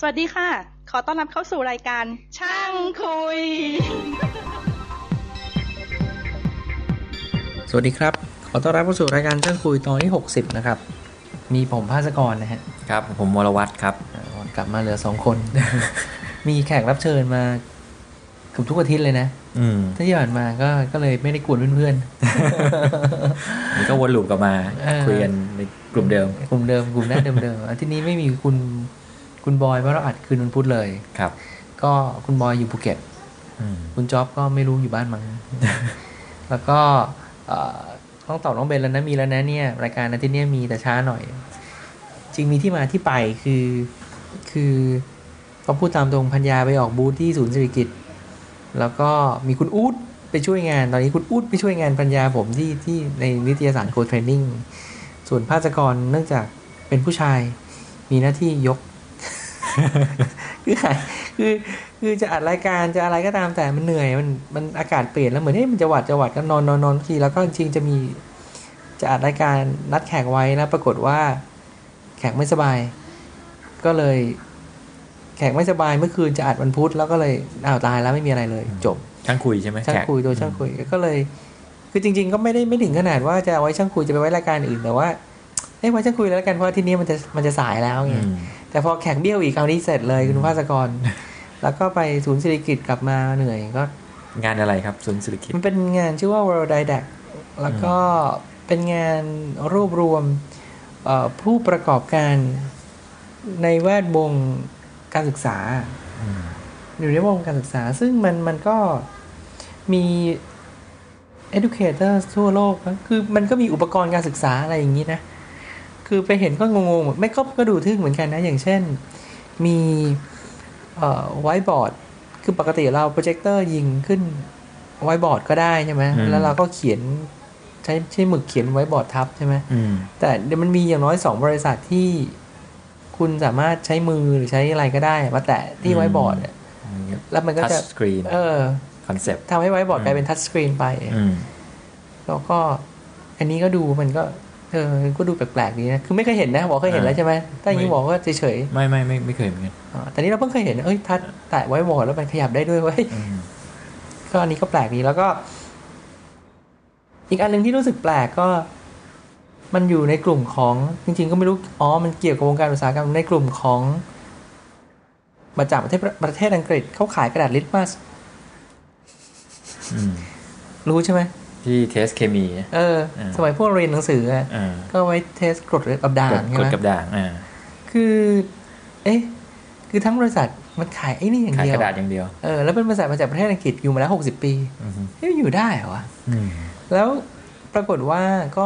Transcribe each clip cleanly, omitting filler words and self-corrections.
สวัสดีค่ะขอต้อนรับเข้าสู่รายการช่างคุยสวัสดีครับขอต้อนรับเข้าสู่รายการช่างคุยตอนที่60นะครับมีผมภาสกรนะฮะครับผมวรวัฒน์ครับกลับมาเหลือ2คน มีแขกรับเชิญมาเกือบทุกอาทิตย์เลยนะที่ผ่านมาก็เลยไม่ได้กวนเพื่อนๆนี่ก็วนลูปกลับมาคุยกันในกลุ่มเดิมกลุ่มหน้าเดิมๆอาทิตย์นี้ไม่มีคุณบอยเพราะเราอัดคืนวันพุธเลยครับก็คุณบอยอยู่ภูเก็ตคุณจ๊อบก็ไม่รู้อยู่บ้านมั้ง แล้วก็ต้องตอบน้องเบนแล้วนะมีแล้วนะเนี่ยรายการอาทิตย์นี้มีแต่ช้าหน่อยจริงมีที่มาที่ไปคือต้องพูดตามตรงพัญญาไปออกบูธที่ศูนย์เศรษฐกิจแล้วก็มีคุณอู๊ดไปช่วยงานตอนนี้คุณอู๊ดไปช่วยงานพัญญาผมที่ในนิตยสารโคเทรนนิ่งส่วนภาสกรเนื่องจากเป็นผู้ชายมีหน้าที่ยก คือจะอัดรายการจะอะไรก็ตามแต่มันเหนื่อยมันอากาศเปลี่ยนแล้วเหมือนมันจะหวัดก็นอนทีแล้วก็จริงจะอัดรายการนัดแขกไว้แล้วปรากฏว่าแขกไม่สบายก็เลยแขกไม่สบายเมื่อคืนจะอัดวันพุธแล้วก็เลยตายแล้วไม่มีอะไรเลยจบช่างคุยใช่ไหมช่างคุยโดยช่างคุยก็เลยคือจริงๆก็ไม่ถึงขนาดว่าจะไว้ช่างคุยจะไปไว้รายการอื่นแต่ว่าไว้ช่างคุยแล้วกันเพราะที่นี้มันจะสายแล้วไงแต่พอแขกเบี้ยวอีกคราวนี้เสร็จเลยคุณภาสกรแล้วก็ไปศูนย์เศรษฐกิจกลับมาเหนื่อยก็งานอะไรครับศูนย์เศรษฐกิจมันเป็นงานชื่อว่า World Didact แล้วก็เป็นงานรวบรวมผู้ประกอบการในแวดวงการศึกษาอยู่ในวงการศึกษาซึ่งมันก็มี educator ทั่วโลกนะคือมันก็มีอุปกรณ์การศึกษาอะไรอย่างนี้นะคือไปเห็นก็งงๆไม่ก็ดูทึ่งเหมือนกันนะอย่างเช่นมีไวท์บอร์ดคือปกติเราโปรเจคเตอร์ยิงขึ้นไวท์บอร์ดก็ได้ใช่ไหมแล้วเราก็เขียนใช้หมึกเขียนไวท์บอร์ดทับใช่ไหมแต่เดี๋ยวมันมีอย่างน้อย2บริษัทที่คุณสามารถใช้มือหรือใช้อะไรก็ได้มาแตะที่ไวท์บอร์ดแล้วมันก็จะทัชสกรีนคอนเซ็ปต์ทำให้ไวท์บอร์ดกลายเป็นทัชสกรีนไปแล้วก็อันนี้ก็ดูมันก็ดูแปลกๆดีนะคือไม่เคยเห็นนะบอกเคยเห็นแล้วใช่ไหมแต่อย่างนี้บอกก็เฉยๆไม่เคยเหมือนกันแต่นี้เราเพิ่งเคยเห็นทัชแตะไวท์บอร์ดแล้วมันขยับได้ด้วยเว้ยก็อันนี้ก็แปลกดีแล้วก็อีกอันนึงที่รู้สึกแปลกก็มันอยู่ในกลุ่มของจริงๆก็ไม่รู้มันเกี่ยวกับวงการอุตสาหกรรมในกลุ่มของมาจากประเทศอังกฤษเขาขายกระดาษลิตมัสรู้ใช่ไหมที่เทสเคมีสมัยพวกเรียนหนังสือก็ไว้เทสกรดกับด่างใช่ไหมกรดกับด่างคือทั้งบริษัทมันขายไอ้นี่อย่างเดียวขายกระดาษอย่างเดียวแล้วเป็นบริษัทมาจากประเทศอังกฤษอยู่มาแล้ว60 ปีอยู่ได้เหรอวะแล้วปรากฏว่าก็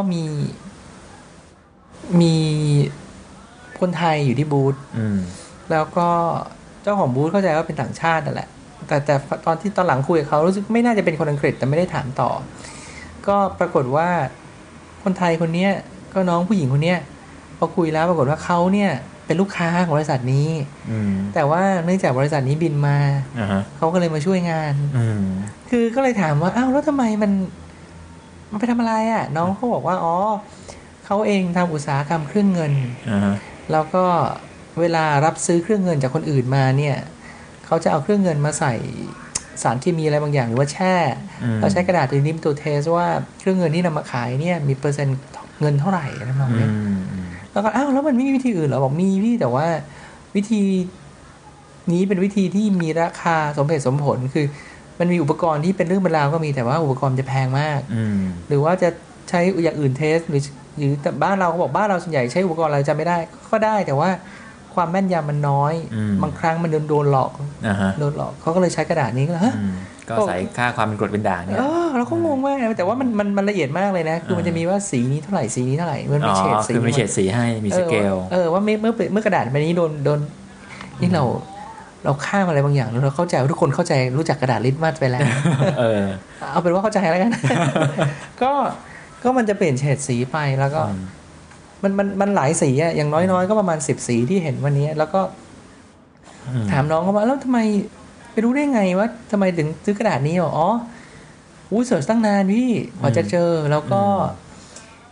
มีคนไทยอยู่ที่บูธแล้วก็เจ้าของบูธเข้าใจว่าเป็นต่างชาตินั่นแหละแต่ตอนหลังคุยกับเขารู้สึกไม่น่าจะเป็นคนอังกฤษแต่ไม่ได้ถามต่อก็ปรากฏว่าคนไทยคนนี้ก็น้องผู้หญิงคนนี้พอคุยแล้วปรากฏว่าเขาเนี่ยเป็นลูกค้าของบริษัทนี้แต่ว่าเนื่องจากบริษัทนี้บินมาเขาก็เลยมาช่วยงานคือก็เลยถามว่าอ้าวแล้วทำไมมันไปทำอะไรอ่ะน้องเขาบอกว่าเขาเองทำอุตสาหกรรมเครื่องเงินแล้วก็เวลารับซื้อเครื่องเงินจากคนอื่นมาเนี่ยเขาจะเอาเครื่องเงินมาใส่สารเคมีอะไรบางอย่างหรือว่าแช่เราใช้กระดาษตัวนี้เป็นตัวเทสว่าเครื่องเงินที่นำมาขายเนี่ยมีเปอร์เซ็นต์เงินเท่าไหร่อะไรประมาณนี้แล้วก็อ้าวแล้วมันไม่มีวิธีอื่นเหรอบอกมีพี่แต่ว่าวิธีนี้เป็นวิธีที่มีราคาสมเหตุสมผลคือมันมีอุปกรณ์ที่เป็นเรื่องเป็นราวก็มีแต่ว่าอุปกรณ์จะแพงมากหรือว่าจะใช้อย่างอื่นเทสหรือแต่บ้านเราเขาบอกบ้านเราส่วนใหญ่ใช้อุปกรณ์อะไรจะไม่ได้ก็ได้แต่ว่าความแม่นยำมันน้อยบางครั้งมันโดนหลอกเขาก็เลยใช้กระดาษนี้ก็ใส่ค่าความเป็นกรดเป็นด่างเนี่ยเราก็งงมากแต่ว่ามันละเอียดมากเลยนะคือมันจะมีว่าสีนี้เท่าไหร่สีนี้เท่าไหร่มันมีเฉดสีคือมีเฉดสีให้มีสเกลว่าเมื่อกระดาษใบนี้โดนนี่เราข้ามอะไรบางอย่างเราเข้าใจทุกคนเข้าใจรู้จักกระดาษลิตมัสไปแล้วเอาเป็นว่าเข้าใจแล้วกันก็มันจะเปลี่ยนเฉดสีไปแล้วก็มันหลายสีอะอย่างน้อยๆก็ประมาณ10 สีที่เห็นวันนี้แล้วก็ถามน้องเขาว่าแล้วทำไมไปรู้ได้ไงว่าทำไมถึงซื้อกระดาษนี้เสิร์ชตั้งนานพี่กว่าจะเจอแล้วก็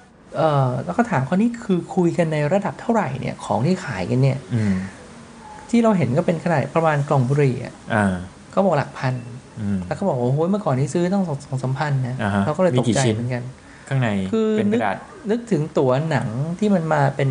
แล้วก็ถามเขานี่คือคุยกันในระดับเท่าไหร่เนี่ยของที่ขายกันเนี่ยจที่เราเห็นก็เป็นขนาดประมาณกล่องบุหรี่ก็บอกหลักพันแล้วก็บอกโอ้โหเมื่อก่อนนี้ซื้อต้อง2-3 พันนะเราก็เลยตกใจเหมือนกันข้างในเป็นกระดาษนึกถึงตั๋วหนังที่มันมาเป็น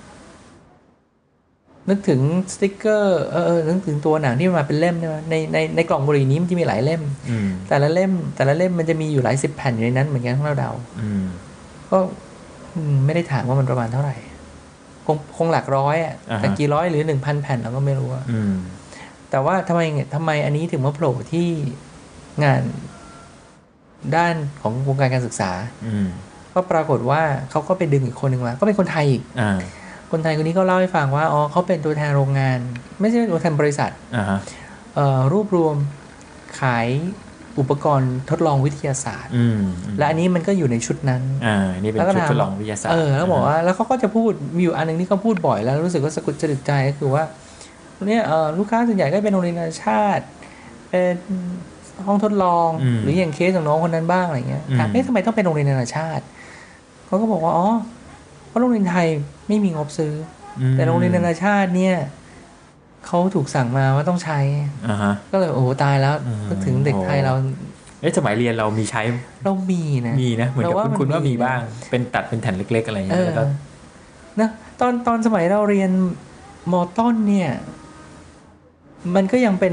นึกถึงสติ๊กเกอร์นึกถึงตัวหนังที่มาเป็นเล่มในกล่องบุหรี่นี้มันจะมีหลายเล่มแต่ละเล่มมันจะมีอยู่หลาย10 แผ่นอยู่ในนั้นเหมือนกันทั้งเราเดาก็ไม่ได้ถามว่ามันประมาณเท่าไหร่คงหลักร้อยอ่ะแต่กี่ร้อยหรือ 1,000 แผ่นเราก็ไม่รู้แต่ว่าทำไมอันนี้ถึงมาโผล่ที่งานด้านของวงการการศึกษาก็ปรากฏว่าเขาก็ไปดึงอีกคนหนึ่งมาก็เป็นคนไทยอีกคนไทยคนนี้ก็เล่าให้ฟังว่าเขาเป็นตัวแทนโรงงานไม่ใช่ตัวแทนบริษัทรวบรวมขายอุปกรณ์ทดลองวิทยาศาสตร์และอันนี้มันก็อยู่ในชุดนั้นนี่เป็นชุดทดลองวิทยาศาสตร์แล้วบอกว่าแล้วเขาก็จะพูดมีอยู่อันนึงที่เขาพูดบ่อยแล้วรู้สึกว่าสะกุดจริตใจก็คือว่าเนี่ยลูกค้าส่วนใหญ่ก็เป็นโรงเรียนนานาชาติเป็นห้องทดลองหรืออย่างเคสของน้องคนนั้นบ้างอะไรเงี้ยถามทำไมต้องเป็นโรงเรียนนานาชาติเขาก็บอกว่าเพราะโรงเรียนไทยไม่มีงบซื้อแต่โรงเรียนนานาชาติเนี่ยเขาถูกสั่งมาว่าต้องใช้ก็เลยโอ้โหตายแล้วถึงเด็กไทยเราสมัยเรียนเรามีใช้เรามีนะเหมือนกับคุณว่ามีบ้างเป็นตัดเป็นแผ่นเล็กๆอะไรอย่างเงี้ยแล้วก็นะตอนสมัยเราเรียนม.ต้นเนี่ยมันก็ยังเป็น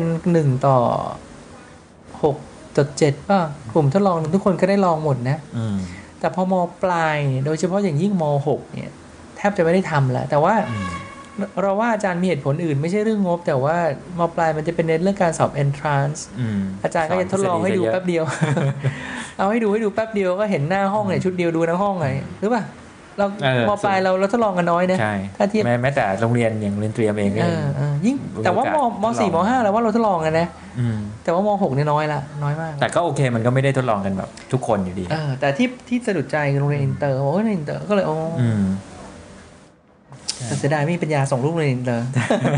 1:6.7 ป่ะกลุ่มทดลองทุกคนก็ได้ลองหมดนะแต่พอม.ปลายโดยเฉพาะอย่างยิ่งม.6 เนี่ยแทบจะไม่ได้ทำแล้วแต่ว่าเราว่าอาจารย์มีเหตุผลอื่นไม่ใช่เรื่องงบแต่ว่าม.ปลายมันจะเป็นเน้นเรื่องการสอบ entrance อาจารย์ก็จะทดลองให้ดูแป๊บเดียว เอาให้ดูแป๊บเดียวก็เห็นหน้าห้องเนี่ยชุดเดียวดูทั้งห้องไงหรือเปล่าเราม.ปลายเราทดลองกันน้อยนะถ้าเทียบแม้แต่โรงเรียนอย่างเรียนเตรียมเองยิ่งแต่ว่าม.4 ม.5 แล้วว่าเราทดลองกันนะแต่ว่าม.6 เนี่ยน้อยมากแต่ก็โอเคมันก็ไม่ได้ทดลองกันแบบทุกคนอยู่ดีแต่ที่สะดุดใจคือโรงเรียนอินเตอร์โอ้ยอินเตอร์ก็เลยเสียดายไม่มีปัญญาส่งลูกเรียนอินเตอร์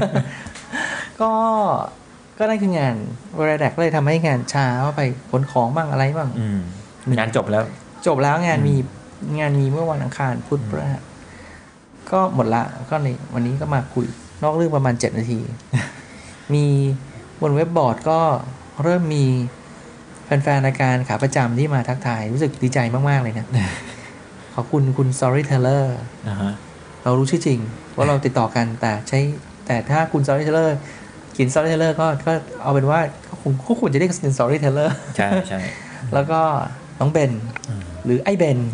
ก็นั่นคืองานเวลาแดกเลยทำให้งานช้าว่าไปขนของบ้างอะไรบ้างงานจบแล้วงานมีเมื่อวันอังคารพุธพฤหัสก็หมดละก็ในวันนี้ก็มาคุยนอกเรื่องประมาณ7 นาทีมีบนเว็บบอร์ดก็เริ่มมีแฟนๆรายการขาประจำที่มาทักทายรู้สึกดีใจมากๆเลยนะขอบคุณ Storyteller เรารู้ชื่อจริงว่าเราติดต่อกันแต่ถ้าคุณ Storyteller เขียน Storyteller ก็เอาเป็นว่าเขาควรจะเรียกเป็น Storyteller ใช่แล้วก็น้องเบนหรือไอ้เบน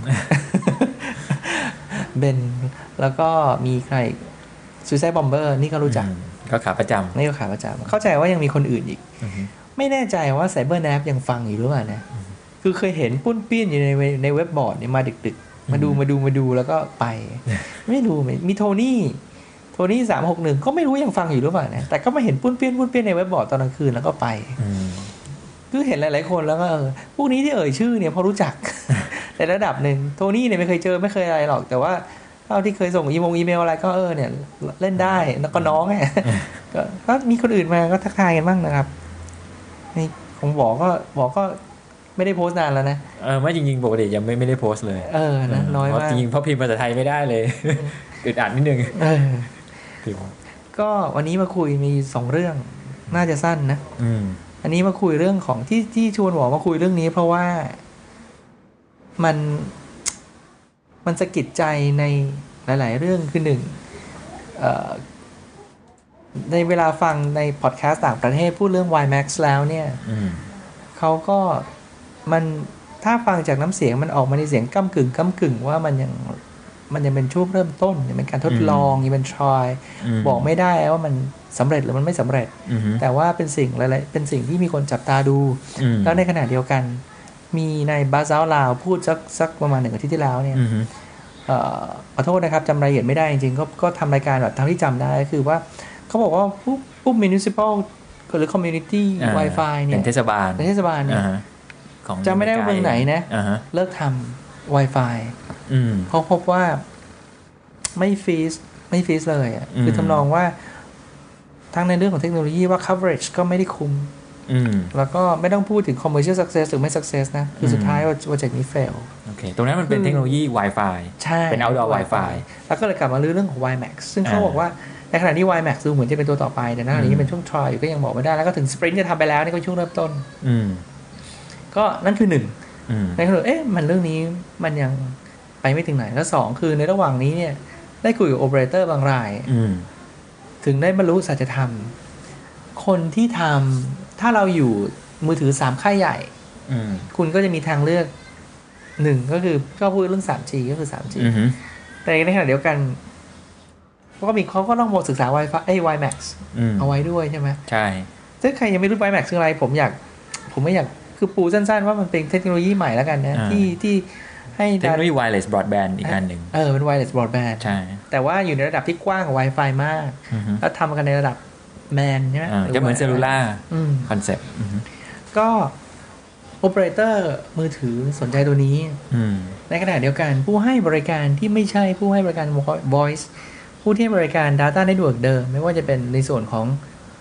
แล้วก็มีใครซูซายบอมเบอร์นี่ก็รู้จักก็ขาประจำนี่ก็ขาประจำเข้าใจว่ายังมีคนอื่นอีกไม่แน่ใจว่าไซเบอร์แนปยังฟังอยู่หรือเปล่านะคือเคยเห็นปุ้นปี้นอยู่ในเว็บบอร์ดเนี่ยมาดึกๆมาดูแล้วก็ไปไม่รู้มีโทนี่361ก็ไม่รู้ยังฟังอยู่หรือเปล่านะแต่ก็มาเห็นปุ้นปี้นในเว็บบอร์ดตอนกลางคืนแล้วก็ไปคือเห็นหลายๆคนแล้วก็พวกนี้ที่ชื่อเนี่ยพอรู้จักในระดับหนึ่งโทนี่เนี่ยไม่เคยเจอไม่เคยอะไรหรอกแต่ว่าเท่าที่เคยส่งอีเมลอะไรก็เนี่ยเล่นได้แล้วก็น้องเนี่ยก็มีคนอื่นมาก็ทักทายกันบ้างนะครับนี่ของบอกก็ไม่ได้โพสต์นานแล้วนะไม่จริงๆปกติยังไม่ได้โพสต์เลยนะน้อยมากจริงๆเพราะพิมพ์ภาษาไทยไม่ได้เลยอึดอัดนิดนึงก็วันนี้มาคุยมี2 เรื่องน่าจะสั้นนะอันนี้มาคุยเรื่องของที่ชวนบอกมาคุยเรื่องนี้เพราะว่ามันสะกิดใจในหลายๆเรื่องคือในเวลาฟังในพอดแคสต์ต่างประเทศพูดเรื่อง YMAX แล้วเนี่ยเขาก็ถ้าฟังจากน้ำเสียงมันออกมาในเสียงก้ำกึ่งว่ามันยังเป็นช่วงเริ่มต้นยังเป็นการทดลองยังเป็น try บอกไม่ได้ว่ามันสำเร็จหรือมันไม่สำเร็จแต่ว่าเป็นสิ่งอะไรเป็นสิ่งที่มีคนจับตาดูแล้วในขณะเดียวกันมีในบาซาลาวพูดสักประมาณ1 อาทิตย์ที่แล้วเนี่ยขอโทษนะครับจำรายละเอียดไม่ได้จริงๆก็ทำรายการแบบเท่าที่จำได้คือว่าเขาบอกว่าปุ๊บ municipal หรือ community Wi-Fi เนี่ยเป็นเทศบาลเนี่ยจำไม่ได้ว่าเมืองไหนนะเลิกทำ Wi-Fi เขาพบว่าไม่ฟรีซเลยอ่ะคือทำนองว่าทั้งในเรื่องของเทคโนโลยีว่า coverage ก็ไม่ได้คุ้มแล้วก็ไม่ต้องพูดถึง commercial success หรือไม่ success นะคือสุดท้ายโปรเจกต์นี้ fail โอเคตรงนั้นมันเป็นเทคโนโลยี Wi-Fi ใช่เป็น outdoor Wi-Fi แล้วก็เลยกลับมาเรื่องของ WiMAX ซึ่งเขาบอกว่าในขณะที่ WiMAX ดูเหมือนจะเป็นตัวต่อไปแต่ณขณะนี้เป็นช่วง trial อยู่ก็ยังบอกไม่ได้แล้วก็ถึง Sprint จะทำไปแล้วนี่ก็ช่วงเริ่มต้นก็นั่นคือ1ในขณะมันเรื่องนี้มันยังไปไม่ถึงไหนแล้ว2คือในระหว่างนี้เนี่ยได้คุยกับโอเปอเรเตอร์บางรายถึงได้บรรลุสัจธรรมคนที่ทำถ้าเราอยู่มือถือ3ค่ายใหญ่คุณก็จะมีทางเลือก1ก็คือก็พูดเรื่อง 3G ก็คือ 3G แต่ในขณะเดียวกันเขาก็ต้องศึกษา Wi-Fi WiMAX เอาไว้ด้วยใช่ไหมใช่ถ้าใครยังไม่รู้ WiMAX คืออะไรผมไม่อยากคือปูสั้นๆว่ามันเป็นเทคโนโลยีใหม่แล้วกันนะที่ให้เทคโนโลยี wireless broadband อีกอันหนึ่งเป็น wireless broadband ใช่แต่ว่าอยู่ในระดับที่กว้างกว่า Wi-Fi มากแล้วทำกันในระดับแมนใช่ไหมจะเหมือนเซลลูล่าคอนเซ็ปต์ก็โอเปอเรเตอร์มือถือสนใจตัวนี้ในขณะเดียวกันผู้ให้บริการที่ไม่ใช่ผู้ให้บริการ voice ผู้ที่ให้บริการ data network เดิมไม่ว่าจะเป็นในส่วนของ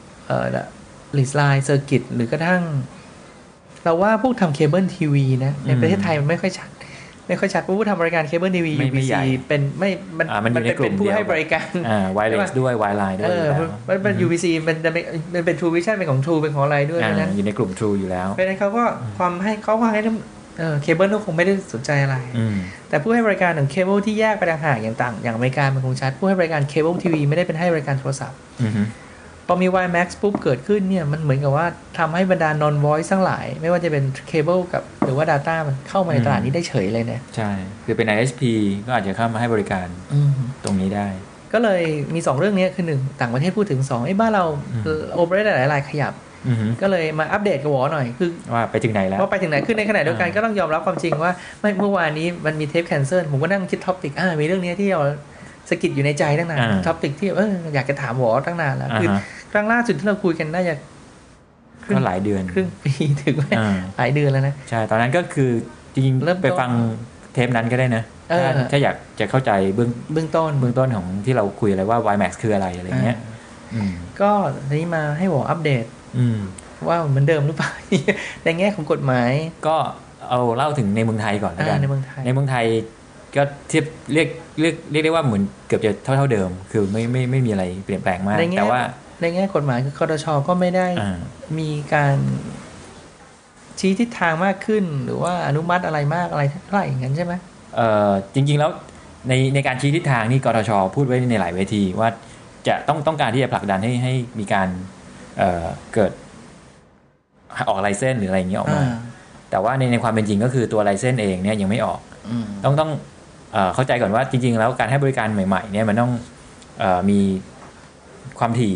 leasing circuit หรือกระทั่งเราว่าพวกทำเคเบิลทีวีนะในประเทศไทยมันไม่ค่อยชัดผู้ทำบริการเคเบิลทีวี UBC เป็นไม่มันเป็นผู้ให้บริการ wireless ด้วย wireline ด้วยมันเป็น UBC มันเป็น True Vision เป็นของ True เป็นของอะไรด้วยนะอยู่ในกลุ่ม True อยู่แล้วเพราะฉะนั้นเขาก็ความให้เคเบิลก็คงไม่ได้สนใจอะไรแต่ผู้ให้บริการของเคเบิลที่แยกไปต่างหากอย่างอเมริกามันคงชัดผู้ให้บริการเคเบิลทีวีไม่ได้เป็นให้บริการโทรศัพท์พอมี WiMAX ปุ๊บเกิดขึ้นเนี่ยมันเหมือนกับว่าทำให้บรรดา non voice ทั้งหลายไม่ว่าจะเป็นเคเบิลกับหรือว่า data มันเข้ามาในตลาดนี้ได้เฉยเลยเนี่ยใช่คือเป็น ISP ก็อาจจะเข้ามาให้บริการตรงนี้ได้ก็เลยมี2เรื่องนี้คือ1ต่างประเทศพูดถึง2บ้านเราโอเปอเรเตอร์หลายรายขยับก็เลยมาอัปเดตกับหวอหน่อยคือว่าไปถึงไหนแล้วว่าไปถึงไหนขึ้นในขณะเดียวกันก็ต้องยอมรับความจริงว่าเมื่อวานนี้มันมีเทปแคนเซิลผมก็นั่งคิดท็อปิกมีเรื่องนี้ที่เราสะกิดอยู่ในใจตั้งนานท็อปิกที่อยากจะถามหวอตั้งนานแล้วคือครั้งล่าสุดที่เราคุยกันน่าจะก็หลายเดือนครึ่งปีถึงหลายเดือนแล้วนะใช่ตอนนั้นก็คือจริงๆเริ่มไปฟังเทปนั้นก็ได้นะถ้าอยากจะเข้าใจเบื้องต้นของที่เราคุยอะไรว่า WiMAX คืออะไรเงี้ยก็ทีนี้มาให้หวออัปเดตว่าเหมือนเดิมหรือเปล่าในแง่ของกฎหมายก็เอาเล่าถึงในเมืองไทยก่อนแล้วกันในเมืองไทยก็เทียบเรียกได้ว่าเหมือนเกือบจะเท่าเดิมคือไม่มีอะไรเปลี่ยนแปลงมากแต่ว่าในแง่กฎหมายคือคตช.ก็ไม่ได้มีการชี้ทิศทางมากขึ้นหรือว่าอนุมัติอะไรมากอะไรเท่าไหร่อย่างนั้นใช่ไหมจริงๆแล้วในการชี้ทิศทางนี่กตช.พูดไว้ในหลายเวทีว่าจะต้องการที่จะผลักดันให้มีการเกิดออกไลเซนส์หรืออะไรอย่างเงี้ยออกมาแต่ว่าในความเป็นจริงก็คือตัวไลเซนส์เองเนี่ยยังไม่ออกต้องเข้าใจก่อนว่าจริงๆแล้วการให้บริการใหม่ๆเนี่ยมันต้องมีความถี่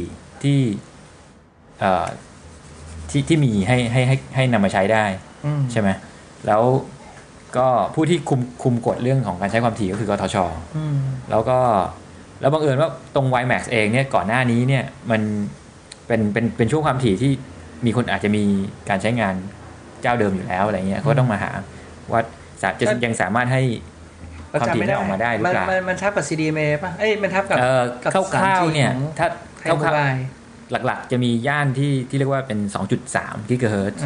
ที่มีให้นำมาใช้ได้ใช่ไหมแล้วก็ผู้ที่คุมกฎเรื่องของการใช้ความถี่ก็คือกทช.แล้วบังเอิญว่าตรง WiMAX เองเนี่ยก่อนหน้านี้เนี่ยมันเป็นช่วงความถี่ที่มีคนอาจจะมีการใช้งานเจ้าเดิมอยู่แล้วอะไรเงี้ยก็ต้องมาหาว่าจะยังสามารถให้ความถี่ออกมาได้หรือเปล่ามันทับกับ CDMA ป่ะมันทับกับคร่าวๆเนี่ยถ้าคร่าวๆหลักๆจะมีย่านที่เรียกว่าเป็น 2.3 กิกะเฮิรตซ์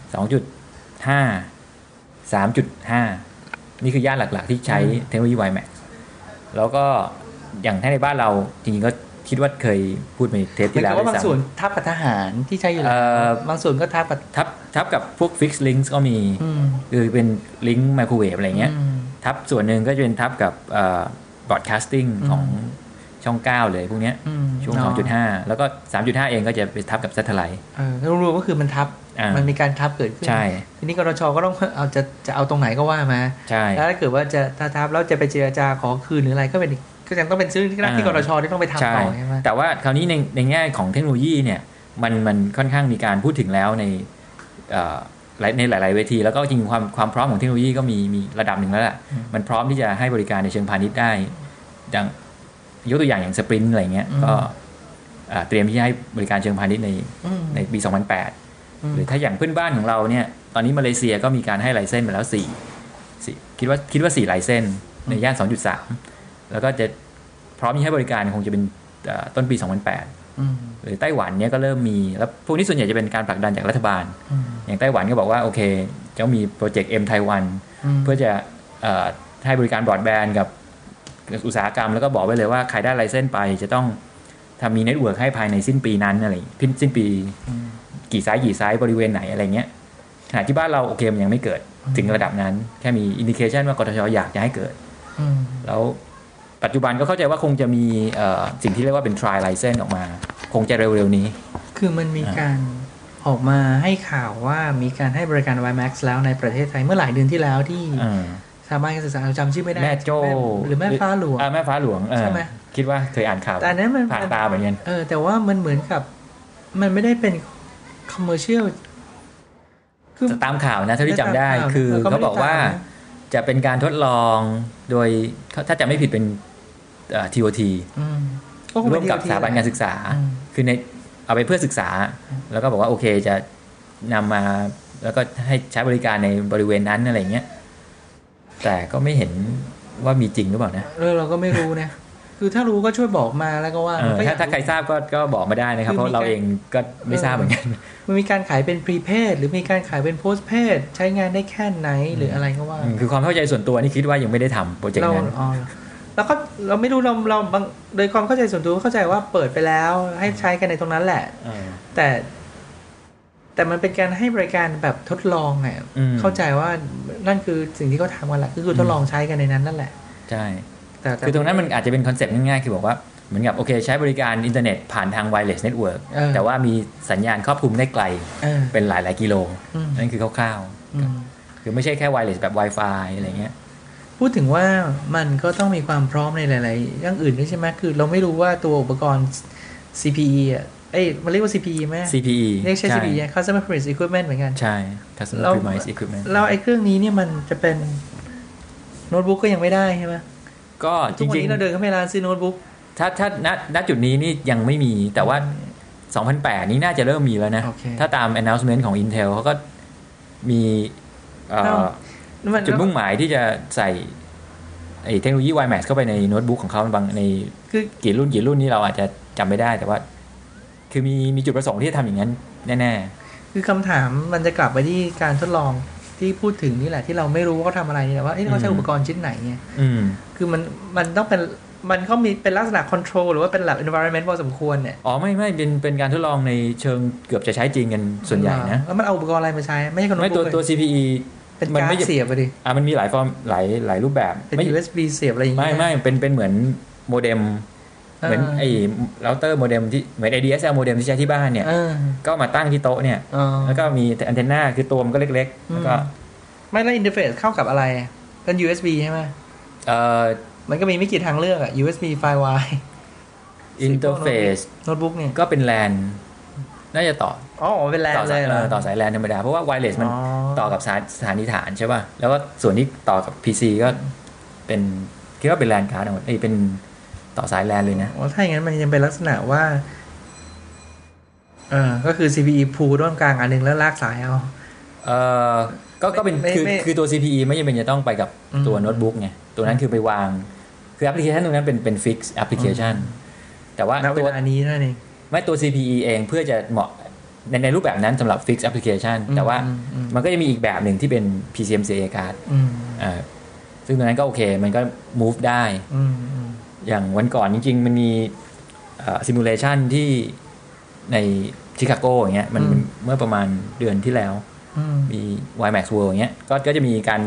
2.5 3.5 นี่คือย่านหลักๆที่ใช้เทคโนโลยี WiMAX แล้วก็อย่างถ้าในบ้านเราจริงๆก็คิดว่าเคยพูดในเทปที่แล้วบางส่วนทับกับทหารที่ใช้อยู่แล้วบางส่วนก็ทับกับพวก Fixed Links ก็มีคือเป็นลิงก์ไมโครเวฟอะไรเงี้ยทับส่วนหนึ่งก็จะเป็นทับกับbroadcasting ของช่อง9เลยพวกนี้ช่วง 2.5 แล้วก็ 3.5 เองก็จะไปทับกับ satellite รวมๆก็คือมันทับมันมีการทับเกิดขึ้นทีนี้กทช.ก็ต้องจะเอาตรงไหนก็ว่ามาแล้วถ้าเกิดว่าจะทับแล้วจะไปเจรจาขอคืนหรืออะไรก็ยังต้องเป็นซื้อที่กทช.ที่ต้องไปทำต่อใช่ไหมแต่ว่าคราวนี้ในแง่ของเทคโนโลยีเนี่ยมันค่อนข้างมีการพูดถึงแล้วในหลายๆเวทีแล้วก็จริงความพร้อมของเทคโนโลยีก็มีระดับหนึ่งแล้วแหละมันพร้อมที่จะให้บริการในเชิงพาณิชย์ได้ดังยกตัวอย่างSprint อะไรเงี้ยก็เตรียมที่จะให้บริการเชิงพาณิชย์ในปี 2008 หรือถ้าอย่างเพื่อนบ้านของเราเนี่ยตอนนี้มาเลเซียก็มีการให้ไลเซนส์ไปแล้ว4คิดว่า4ไลเซนส์ในย่าน 2.3 แล้วก็จะพร้อมที่ให้บริการคงจะเป็นต้นปี 2008 หรือไต้หวันเนี่ยก็เริ่มมีแล้วพวกนี้ส่วนใหญ่จะเป็นการผลักดันจากรัฐบาลอย่างไต้หวันก็บอกว่าโอเคจะมีโปรเจกต์ M Taiwan เพื่อจะให้บริการบรอดแบนด์กับอุตสาหกรรมแล้วก็บอกไว้เลยว่าใครได้ไลเซนส์ไปจะต้องทำมีเน็ตเวิร์กให้ภายในสิ้นปีนั้นอะไรสิ้นปีกี่ไซส์บริเวณไหนอะไรเงี้ยขณะที่บ้านเราโอเคมันยังไม่เกิดถึงระดับนั้นแค่มีอินดิเคชันว่ากทช.อยากจะให้เกิดแล้วปัจจุบันก็เข้าใจว่าคงจะมีสิ่งที่เรียกว่าเป็น trial license ออกมาคงจะเร็วๆนี้คือมันมีการออกมาให้ข่าวว่ามีการให้บริการ WiMAX แล้วในประเทศไทยเมื่อหลายเดือนที่แล้วที่สถาบันการศึกษาจำชื่อไม่ได้แม่โจ้หรือแม่ฟ้าหลวงแม่ฟ้าหลวงใช่ไหมคิดว่าเคยอ่านข่าวแต่นั้นมันผ่านตาเหมือนกันแต่ว่ามันเหมือนกับมันไม่ได้เป็น commercial คือตามข่าวนะเท่าที่จำได้คือเขาบอกว่าจะเป็นการทดลองโดยถ้าจะไม่ผิดเป็นTOT ร่วมกับสถาบันการศึกษาคือในเอาไปเพื่อศึกษาแล้วก็บอกว่าโอเคจะนำมาแล้วก็ให้ใช้บริการในบริเวณนั้นอะไรเงี้ยแต่ก็ไม่เห็นว่ามีจริงหรือเปล่านะเราก็ไม่รู้นะคือถ้ารู้ก็ช่วยบอกมาแล้วก็ว่าถ้าใครทราบก็บอกมาได้นะครับเพราะเราเองก็ไม่ทราบเหมือนกันมันมีการขายเป็น prepaid หรือมีการขายเป็น postpaid ใช้งานได้แค่ไหนหรืออะไรก็ว่าคือความเข้าใจส่วนตัวนี่คิดว่ายังไม่ได้ทำโปรเจกต์นั้นแล้วก็เราไม่รู้เราโดยความเข้าใจส่วนตัวเข้าใจว่าเปิดไปแล้วให้ใช้กันในตรงนั้นแหละแต่มันเป็นการให้บริการแบบทดลองไงเข้าใจว่านั่นคือสิ่งที่เขาทำกันแหละคือทดลองใช้กันในนั้นนั่นแหละใช่คือตรงนั้นมันอาจจะเป็นคอนเซ็ปต์ง่ายๆคือบอกว่าเหมือนกับโอเคใช้บริการอินเทอร์เน็ตผ่านทาง wireless network แต่ว่ามีสัญญาณครอบคลุมได้ไกลเป็นหลายๆกิโลนั่นคือคร่าวๆคือไม่ใช่แค่ wireless แบบ Wi-Fi อะไรเงี้ยพูดถึงว่ามันก็ต้องมีความพร้อมในหลายๆอย่างอื่นด้วยใช่ไหมคือเราไม่รู้ว่าตัวอุปกรณ์ CPE มันเรียกว่า CPE ไหม CPE เรียกใช่ CPE Customer Premise Equipment เหมือนกันใช่ Customer Premise Equipment แล้วไอ้เครื่องนี้เนี่ยมันจะเป็นโน้ตบุ๊กก็ยังไม่ได้ใช่ไหมก็จริงๆเราเดินเข้าไปร้านซื้อโน้ตบุ๊กถ้าณจุดนี้นี่ยังไม่มีแต่ว่า2008นี้น่าจะเริ่มมีแล้วนะถ้าตาม announcement ของ Intel เขาก็มีจุดมุ่งหมายที่จะใส่ไอ้เทคโนโลยี WiMAX เข้าไปในโน้ตบุ๊กของเขาบางในคือกี่รุ่นนี่เราอาจจะจำไม่ได้แต่ว่าคือมีจุดประสงค์ที่จะทำอย่างนั้นแน่ๆคือคำถามมันจะกลับไปที่การทดลองที่พูดถึงนี่แหละที่เราไม่รู้ว่าเขาทำอะไรนี่แหละว่าเขาใช้อุปกรณ์ชิ้นไหนไงคือมันต้องเป็นมันเขามีเป็นลักษณะ control หรือว่าเป็นแบบ environment พอสมควรเนี่ยไม่เป็นการทดลองในเชิงเกือบจะใช้จริงกันส่วนใหญ่นะแล้วมันเอาอุปกรณ์อะไรมาใช้ไม่ใช่ไม่ตัว CPE เป็นการ์ดเสียบไปดิมันมีหลายฟอร์มหลายรูปแบบเป็น USB เสียบอะไรอย่างเงี้ยไม่เป็นเหมือนโมเด็มเหมือนไอ้เราเตอร์โมเด็มที่เหมือน ADSL โมเด็มที่ใช้ที่บ้านเนี่ยก็มาตั้งที่โต๊ะเนี่ยแล้วก็มีแอนเทนนาคือตัวมันก็เล็กๆแล้วก็ไม่แล้วอินเทอร์เฟซเข้ากับอะไรเป็น USB ใช่ไหมมันก็มีไม่กี่ทางเลือกอะ USB ไฟล์ Y อินเทอร์เฟซโน้ตบุ๊กเนี่ยก็เป็น LAN น่าจะต่อเป็น LAN เลยเหรอต่อสาย LAN ธรรมดาเพราะว่า wireless มันต่อกับสถานีฐานใช่ป่ะแล้วก็ส่วนที่ต่อกับ PC ก็เป็นคิดว่าเป็น LAN card เป็นต่อสาย LAN เลยนะถ้าอย่างนั้นมันยังเป็นลักษณะว่าก็คือ CPE พูด้านกลางอันนึงแล้วลากสายเอาก็เป็นคือตัว CPE ไม่จำเป็นจะต้องไปกับตัวโน้ตบุ๊กไงตัวนั้นคือไปวางคือแอปพลิเคชันตรงนั้นเป็น fix application แต่ว่าตัวอันนี้นั่นเองไม่ตัว CPE เองเพื่อจะเหมาะในรูปแบบนั้นสำหรับ fix application แต่ว่ามันก็จะมีอีกแบบหนึ่งที่เป็น PCMCIA card ซึ่งตรงนั้นก็โอเคมันก็ move ได้อย่างวันก่อนจริงๆมันมีsimulation ที่ในชิคาโกอย่างเงี้ยมันเมื่อประมาณเดือนที่แล้วมี WiMAX World อย่างเงี้ยก็จะมีการ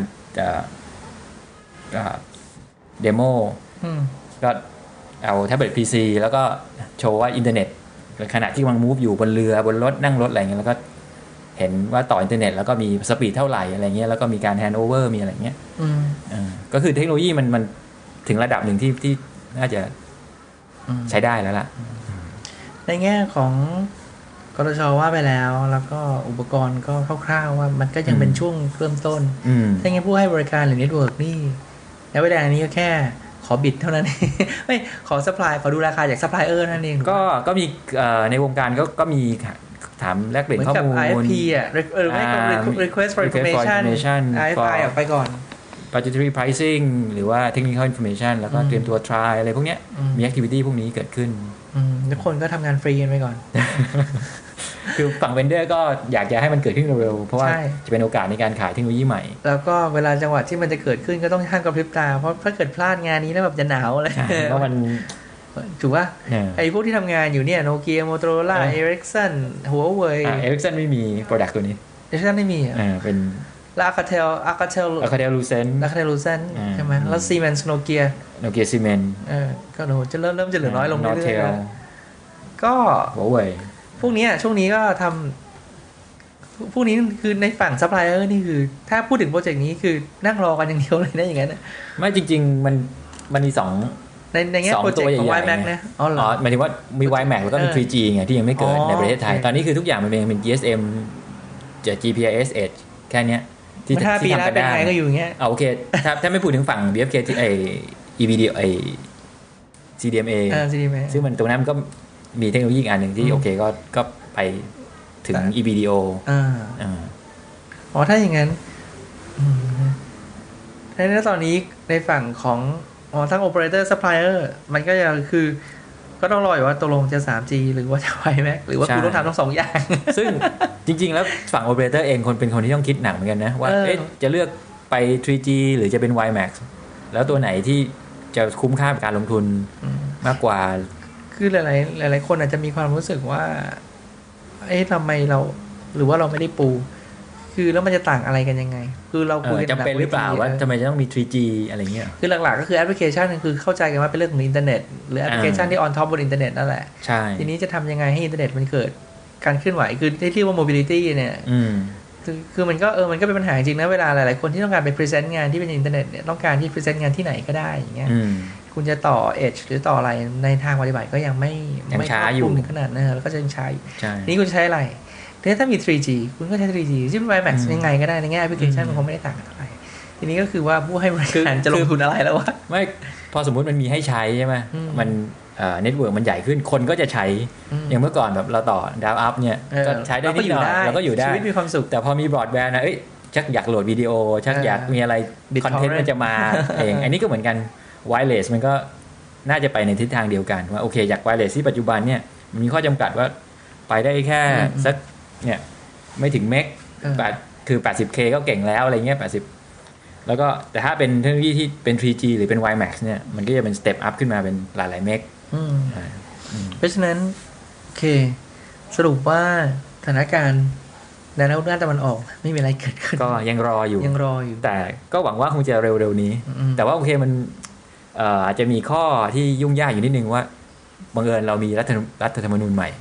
เดโมก็เอาแท็บเล็ต PC แล้วก็โชว์ว่าอินเทอร์เน็ตขณะที่กำลังมูฟอยู่บนเรือบนรถนั่งรถอะไรเงี้ยแล้วก็เห็นว่าต่ออินเทอร์เน็ตแล้วก็มีสปีดเท่าไหร่อะไรเงี้ยแล้วก็มีการแฮนด์โอเวอร์มีอะไรเงี้ยก็คือเทคโนโลยีมันถึงระดับหนึ่งที่น่าจะใช้ได้แล้วล่ะในแง่ของกทช.ว่าไปแล้วก็อุปกรณ์ก็คร่าวๆว่ามันก็ยังเป็นช่วงเริ่มต้นถ้างั้นผู้ให้บริการหรือเน็ตเวิร์กนี่แล้วเวลานี้ก็แค่ขอบิดเท่านั้นไม่ขอซัพพลายขอดูราคาจากซัพพลายเออร์นั่นเองก็มีในวงการก็มีถามแลกเปลี่ยนข้อมูล IFP อ่ะไม่ก็ request for information IFI ออกไปก่อน budgetary pricing หรือว่า technical information แล้วก็เตรียมตัว try อะไรพวกเนี้ยมี activity พวกนี้เกิดขึ้นทุกคนก็ทำงานฟรีกันไปก่อนคือฝั่งเวนเดอร์ก็อยากจะให้มันเกิดขึ้นเร็วๆเพราะว่าจะเป็นโอกาสในการขายเทคโนโลยีใหม่แล้วก็เวลาจังหวะที่มันจะเกิดขึ้นก็ต้องห้ามกระพริบตาเพราะถ้าเกิดพลาดงานนี้แล้วแบบจะหนาวเลยเพราะมันถูกป่ะไอ้พวกที่ทำงานอยู่เนี่ยโนเกียโมโตโรล่าเอริกสันหัวเว่ยเอริกสันไม่มีโปรดักต์ตัวนี้เอริกสันไม่มีเป็นแล้วอาคาเทลลูเซนใช่ไหมแล้วซีเมนส์โนเกียซีเมนก็โหจะเริ่มจะเหลือน้อยลงเรื่อยๆก็หัวเว่ยพวกนี้ช่วงนี้ก็ทำพวกนี้คือในฝั่งซัพพลายเออร์นี่คือถ้าพูดถึงโปรเจกต์นี้คือนั่งรอกันอย่างเดียวเลยนะอย่างนั้นไม่จริงๆมันมี2 ในแง่โปรเจกต์ของ YMAX นะอ๋อหมายถึงว่ามี YMAX แล้วก็มี 3G ไงที่ยังไม่เกิดในประเทศไทยตอนนี้คือทุกอย่างมันเป็น GSM จะ GPRS Edge แค่นี้ที่ทำกันได้ก็อยู่อย่างเงี้ยโอเคถ้าไม่พูดถึงฝั่ง BFK ที่ไอ้ EVDO ไอ้ CDMA ซึ่งมันตรงนั้นมันก็มีเทคโนโลยีอีกอันหนึ่งที่โอเคก็ไปถึง EVDO ถ้าอย่างนั้นในตอนนี้ในฝั่งของทั้ง Operator Supplier มันก็จะคือก็ต้องรออยู่ว่าตกลงจะ 3G หรือว่าจะ WiMAX หรือว่าคุณต้องทำทั้ง2อย่างซึ่งจริงๆแล้วฝั่ง Operator เองเป็นคนที่ต้องคิดหนักเหมือนกันนะว่าจะเลือกไป 3G หรือจะเป็น WiMAX แล้วตัวไหนที่จะคุ้มค่ากับการลงทุนมากกว่าคือหลายคนอาจจะมีความรู้สึกว่าทำไมเราหรือว่าเราไม่ได้ปูคือแล้วมันจะต่างอะไรกันยังไงคือเราคุยกันจำเป็นหรือเปล่าว่าทำไมจะต้องมี 3G อะไรเงี้ยคือหลักๆก็คือแอปพลิเคชันคือเข้าใจกันว่าเป็นเรื่องของอินเทอร์เน็ตหรือแอปพลิเคชันที่ออนท็อปบนอินเทอร์เน็ตนั่นแหละใช่ทีนี้จะทำยังไงให้อินเทอร์เน็ตมันเกิดการเคลื่อนไหวคือที่เรียกว่า mobility เนี่ยคือมันก็มันก็เป็นปัญหาจริงนะเวลาหลายๆคนที่ต้องการไปพรีเซนต์งานที่เป็นอินเทอร์เน็ตเนี่ยต้องการที่พรีเซนต์งานที่ไหนก็ได้อย่างเงี้ยคุณจะต่อ Edge หรือต่ออะไรในทางปฏิบัติก็ยังไม่ช้าอยู่ถึงขนาดนั้นแล้วก็จะยังช้าอยู่นี่คุณใช้อะไรแต่ถ้ามี 3G คุณก็ใช้ 3G ที่ WiMAX ยังไงก็ได้ในแง่แอปพลิเคชันมันคงไม่ได้ต่างกันเท่าไหร่ทีนี้ก็คือว่าผู้ให้บริการจะลงทุนอะไรแล้ววะไม่พอสมมุติมันมีให้ใช้ใช่ไหมมันเน็ตเวิร์กมันใหญ่ขึ้นคนก็จะใช้อย่างเมื่อก่อนแบบเราต่อดาวอัพเนี่ยก็ใช้ได้นิดหน่อยเราก็อยู่ได้ชีวิตมีความสุขแต่พอมีบรอดแบนด์นะชักอยากโหลดวิดีโอชักอยากมีอะไรคอนเทนต์มันจะมาเองอันนี้ก็เหมือนกันไวเลสมันก็น่าจะไปในทิศทางเดียวกันว่าโอเคอยากไวเลสที่ปัจจุบันเนี่ยมีข้อจำกัดว่าไปได้แค่สักเนี่ยไม่ถึงเมกคือ 80K ก็เก่งแล้วอะไรเงี้ย80แล้วก็แต่ถ้าเป็นเทคโนโลยีที่เป็น 3G หรือเป็น WiMAX เนี่ยมันก็จะเป็นสเต็ปอัพขึ้นมาเป็นหลายๆเมกเพราะฉะนั้นโอเคสรุปว่าสถานการณ์ในด้านตะวันออกไม่มีอะไรเกิดขึ้นก็ยังรออยู่แต่ก็หวังว่าคงจะเร็วๆนี้แต่ว่าโอเคมันอาจจะมีข้อที่ยุ่งยากอยู่นิดนึงว่าบังเอิญเรามีรัฐธรรมนูญใหม่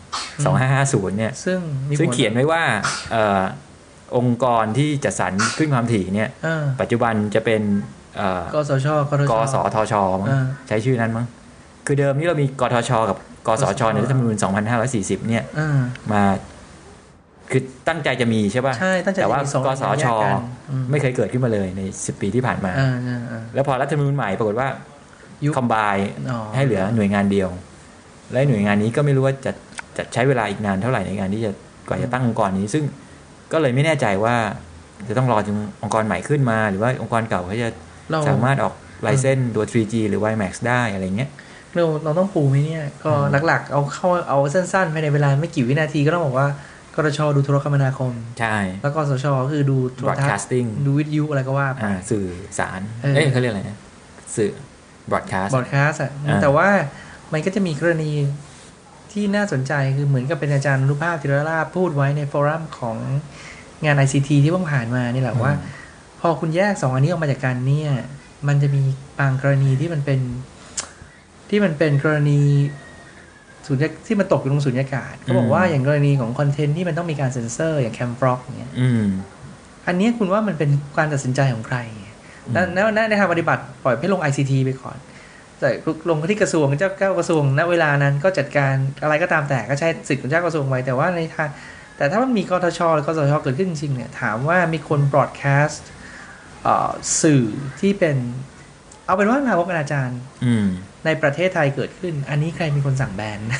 2550เนี่ยซึ่งเขียนไว้ว่าองค์กรที่จัดสรรคลื่นความถี่เนี่ยปัจจุบันจะเป็นกสทชใช้ชื่อนั้นมั้งคือเดิมนี่เรามีกทชกับกสชในรัฐธรรมนูญ2540เนี่ยมาคือตั้งใจจะมีใช่ป่ะแต่ว่ากสชไม่เคยเกิดขึ้นมาเลยใน10ปีที่ผ่านมาแล้วพอรัฐธรรมนูญใหม่ปรากฏว่าคอมไบน์ให้เหลือหน่วยงานเดียวและหน่วยงานนี้ก็ไม่รู้ว่าจะใช้เวลาอีกนานเท่าไหร่ในการที่จะกว่าจะตั้งองค์กรนี้ซึ่งก็เลยไม่แน่ใจว่าจะต้องรอจนองค์กรใหม่ขึ้นมาหรือว่าองค์กรเก่าเขาจะสามารถออกไลเซนส์ตัว 3G หรือ WiMAX ได้อะไรเงี้ยเราต้องปูไหมเนี่ยก็หลักๆเอาสั้นๆภายในเวลาไม่กี่วินาทีก็ต้องบอกว่ากทชดูโทรคมนาคมใช่แล้วกสชก็คือดูโทรทัศน์ดูวิทยุอะไรก็ว่าสื่อสารเขาเรียกอะไรนะสื่อบล็อดคาสต์แต่ว่ามันก็จะมีกรณีที่น่าสนใจคือเหมือนกับเป็นอาจารย์อนุภาพธีรราภพูดไว้ในฟอรัมของงาน ICT ที่เพิ่งผ่านมานี่แหละว่าพอคุณแยก2อันนี้ออกมาจากกันเนี่ยมันจะมีบางกรณีที่มันเป็นกรณีสุญญากาศที่มันตกอยู่ตรงสุญญากาศเขาบอกว่าอย่างกรณีของคอนเทนต์ที่มันต้องมีการเซ็นเซอร์อย่างแคมฟล็อกอย่างเงี้ยอันนี้คุณว่ามันเป็นการตัดสินใจของใครแล้วในทางปฏิบัติปล่อยให้ลง ICT ไปก่อนแต่ลงที่กระทรวงเจ้ากระทรวงณเวลานั้นก็จัดการอะไรก็ตามแต่ก็ใช้สิทธิ์ของเจ้ากระทรวงไว้แต่ว่าในทางแต่ถ้ามันมีกทชหรือกสชเกิดขึ้นจริงๆเนี่ยถามว่ามีคนบรอดแคสต์สื่อที่เป็นเอาเป็นว่าลามกอนาจารในประเทศไทยเกิดขึ้นอันนี้ใครมีคนสั่งแบน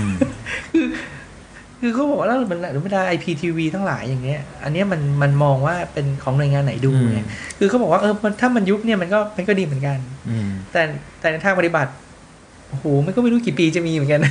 คือเขาบอกว่าแล้วมันไม่ได้ IPTV ทั้งหลายอย่างเงี้ยอันนี้มันมองว่าเป็นของหน่วยงานไหนดูไงคือเขาบอกว่าถ้ามันยุบเนี่ยมันก็ดีเหมือนกันแต่ในทางปฏิบัติโอ้โหมันก็ไม่รู้กี่ปีจะมีเหมือนกัน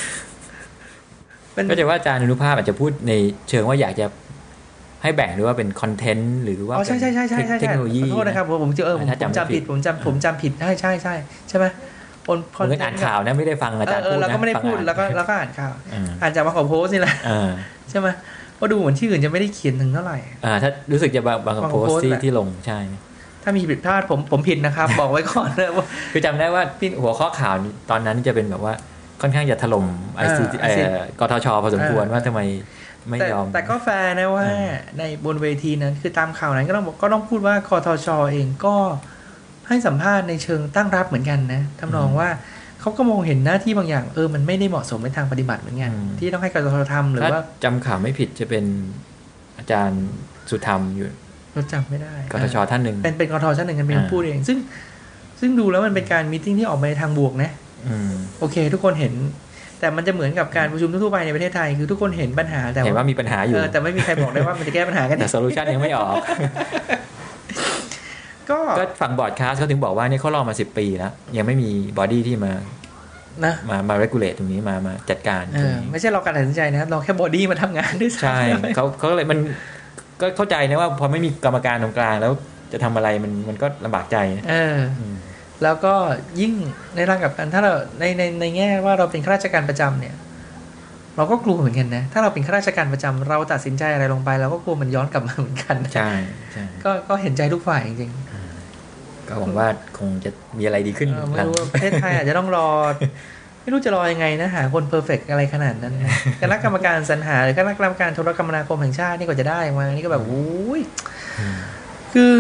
ก็จะว่าอาจารย์อนุภาพอาจจะพูดในเชิงว่าอยากจะให้แบ่งหรือว่าเป็นคอนเทนต์หรือว่าเป็นเทคโนโลยีขอโทษนะครับผมจำผิดใช่ไหมมันก็อ่านข่าวนะไม่ได้ฟังอาจารย์พูดนะเราก็ไม่ได้พูดแล้วก็อ่านข่าวอ่านจากบางกอกโพสต์นี่แหละใช่ไหมว่าดูเหมือนที่อื่นจะไม่ได้เขียนถึงเท่าไหร่ถ้ารู้สึกจะบางกอกโพสต์ที่ลงใช่ถ้ามีผิดพลาดผมผิดนะครับ บอกไว้ก่อนเลยว่าคือจำได้ว่าหัวข้อข่าวตอนนั้นจะเป็นแบบว่าค่อนข้างจะถล่มกทชพอสมควรว่าทำไมไม่ยอมแต่ก็แฟร์นะว่าในบนเวทีนั้นคือตามข่าวนั้นก็ต้องพูดว่ากทชเองก็ให้สัมภาษณ์ในเชิงตั้งรับเหมือนกันนะทำนองว่าเขาก็มองเห็นหน้าที่บางอย่างมันไม่ได้เหมาะสมในทางปฏิบัติเหมือนกันที่ต้องให้กทชทำหรือว่าจำข่าวไม่ผิดจะเป็นอาจารย์สุธรรมอยู่เราจำไม่ได้กทชท่านหนึ่งเป็นกทชท่านหนึ่งกันเป็นพูดเองซึ่งดูแล้วมันเป็นการมีตติ้งที่ออกมาในทางบวกนะโอเคทุกคนเห็นแต่มันจะเหมือนกับการประชุมทั่วไปในประเทศไทยคือทุกคนเห็นปัญหาแต่เห็นว่ามีปัญหาอยู่แต่ไม่มีใครบอกได้ว่ามันจะแก้ปัญหากันแต่โซลูชันยังไม่ออกก็ฝั่งบอร์ดคาสเขาถึงบอกว่านี่เขารอมา10 ปีแล้วยังไม่มีบอดี้ที่มาregulate ตรงนี้มาจัดการไม่ใช่รอการตัดสินใจนะครับรอแค่บอดี้มาทำงานด้วยใช่เขาเลยมันก็เข้าใจนะว่าพอไม่มีกรรมการตรงกลางแล้วจะทำอะไรมันก็ลำบากใจแล้วก็ยิ่งในทางกับกันถ้าเราในแง่ว่าเราเป็นข้าราชการประจำเนี่ยเราก็กลัวเหมือนกันนะถ้าเราเป็นข้าราชการประจำเราตัดสินใจอะไรลงไปเราก็กลัวมันย้อนกลับมาเหมือนกันใช่ก็เห็นใจทุกฝ่ายจริงๆก็หวังว่าคงจะมีอะไรดีขึ้นไม่รู้ประเทศไทยอาจจะต้องรอไม่รู้จะรอยังไงนะหาคนเพอร์เฟกต์อะไรขนาดนั้นนะคณะกรรมการสรรหาหรือคณะกรรมการโทรคมนาคมแห่งชาตินี่ก็จะได้มานี่ก็แบบโอ้ยคือ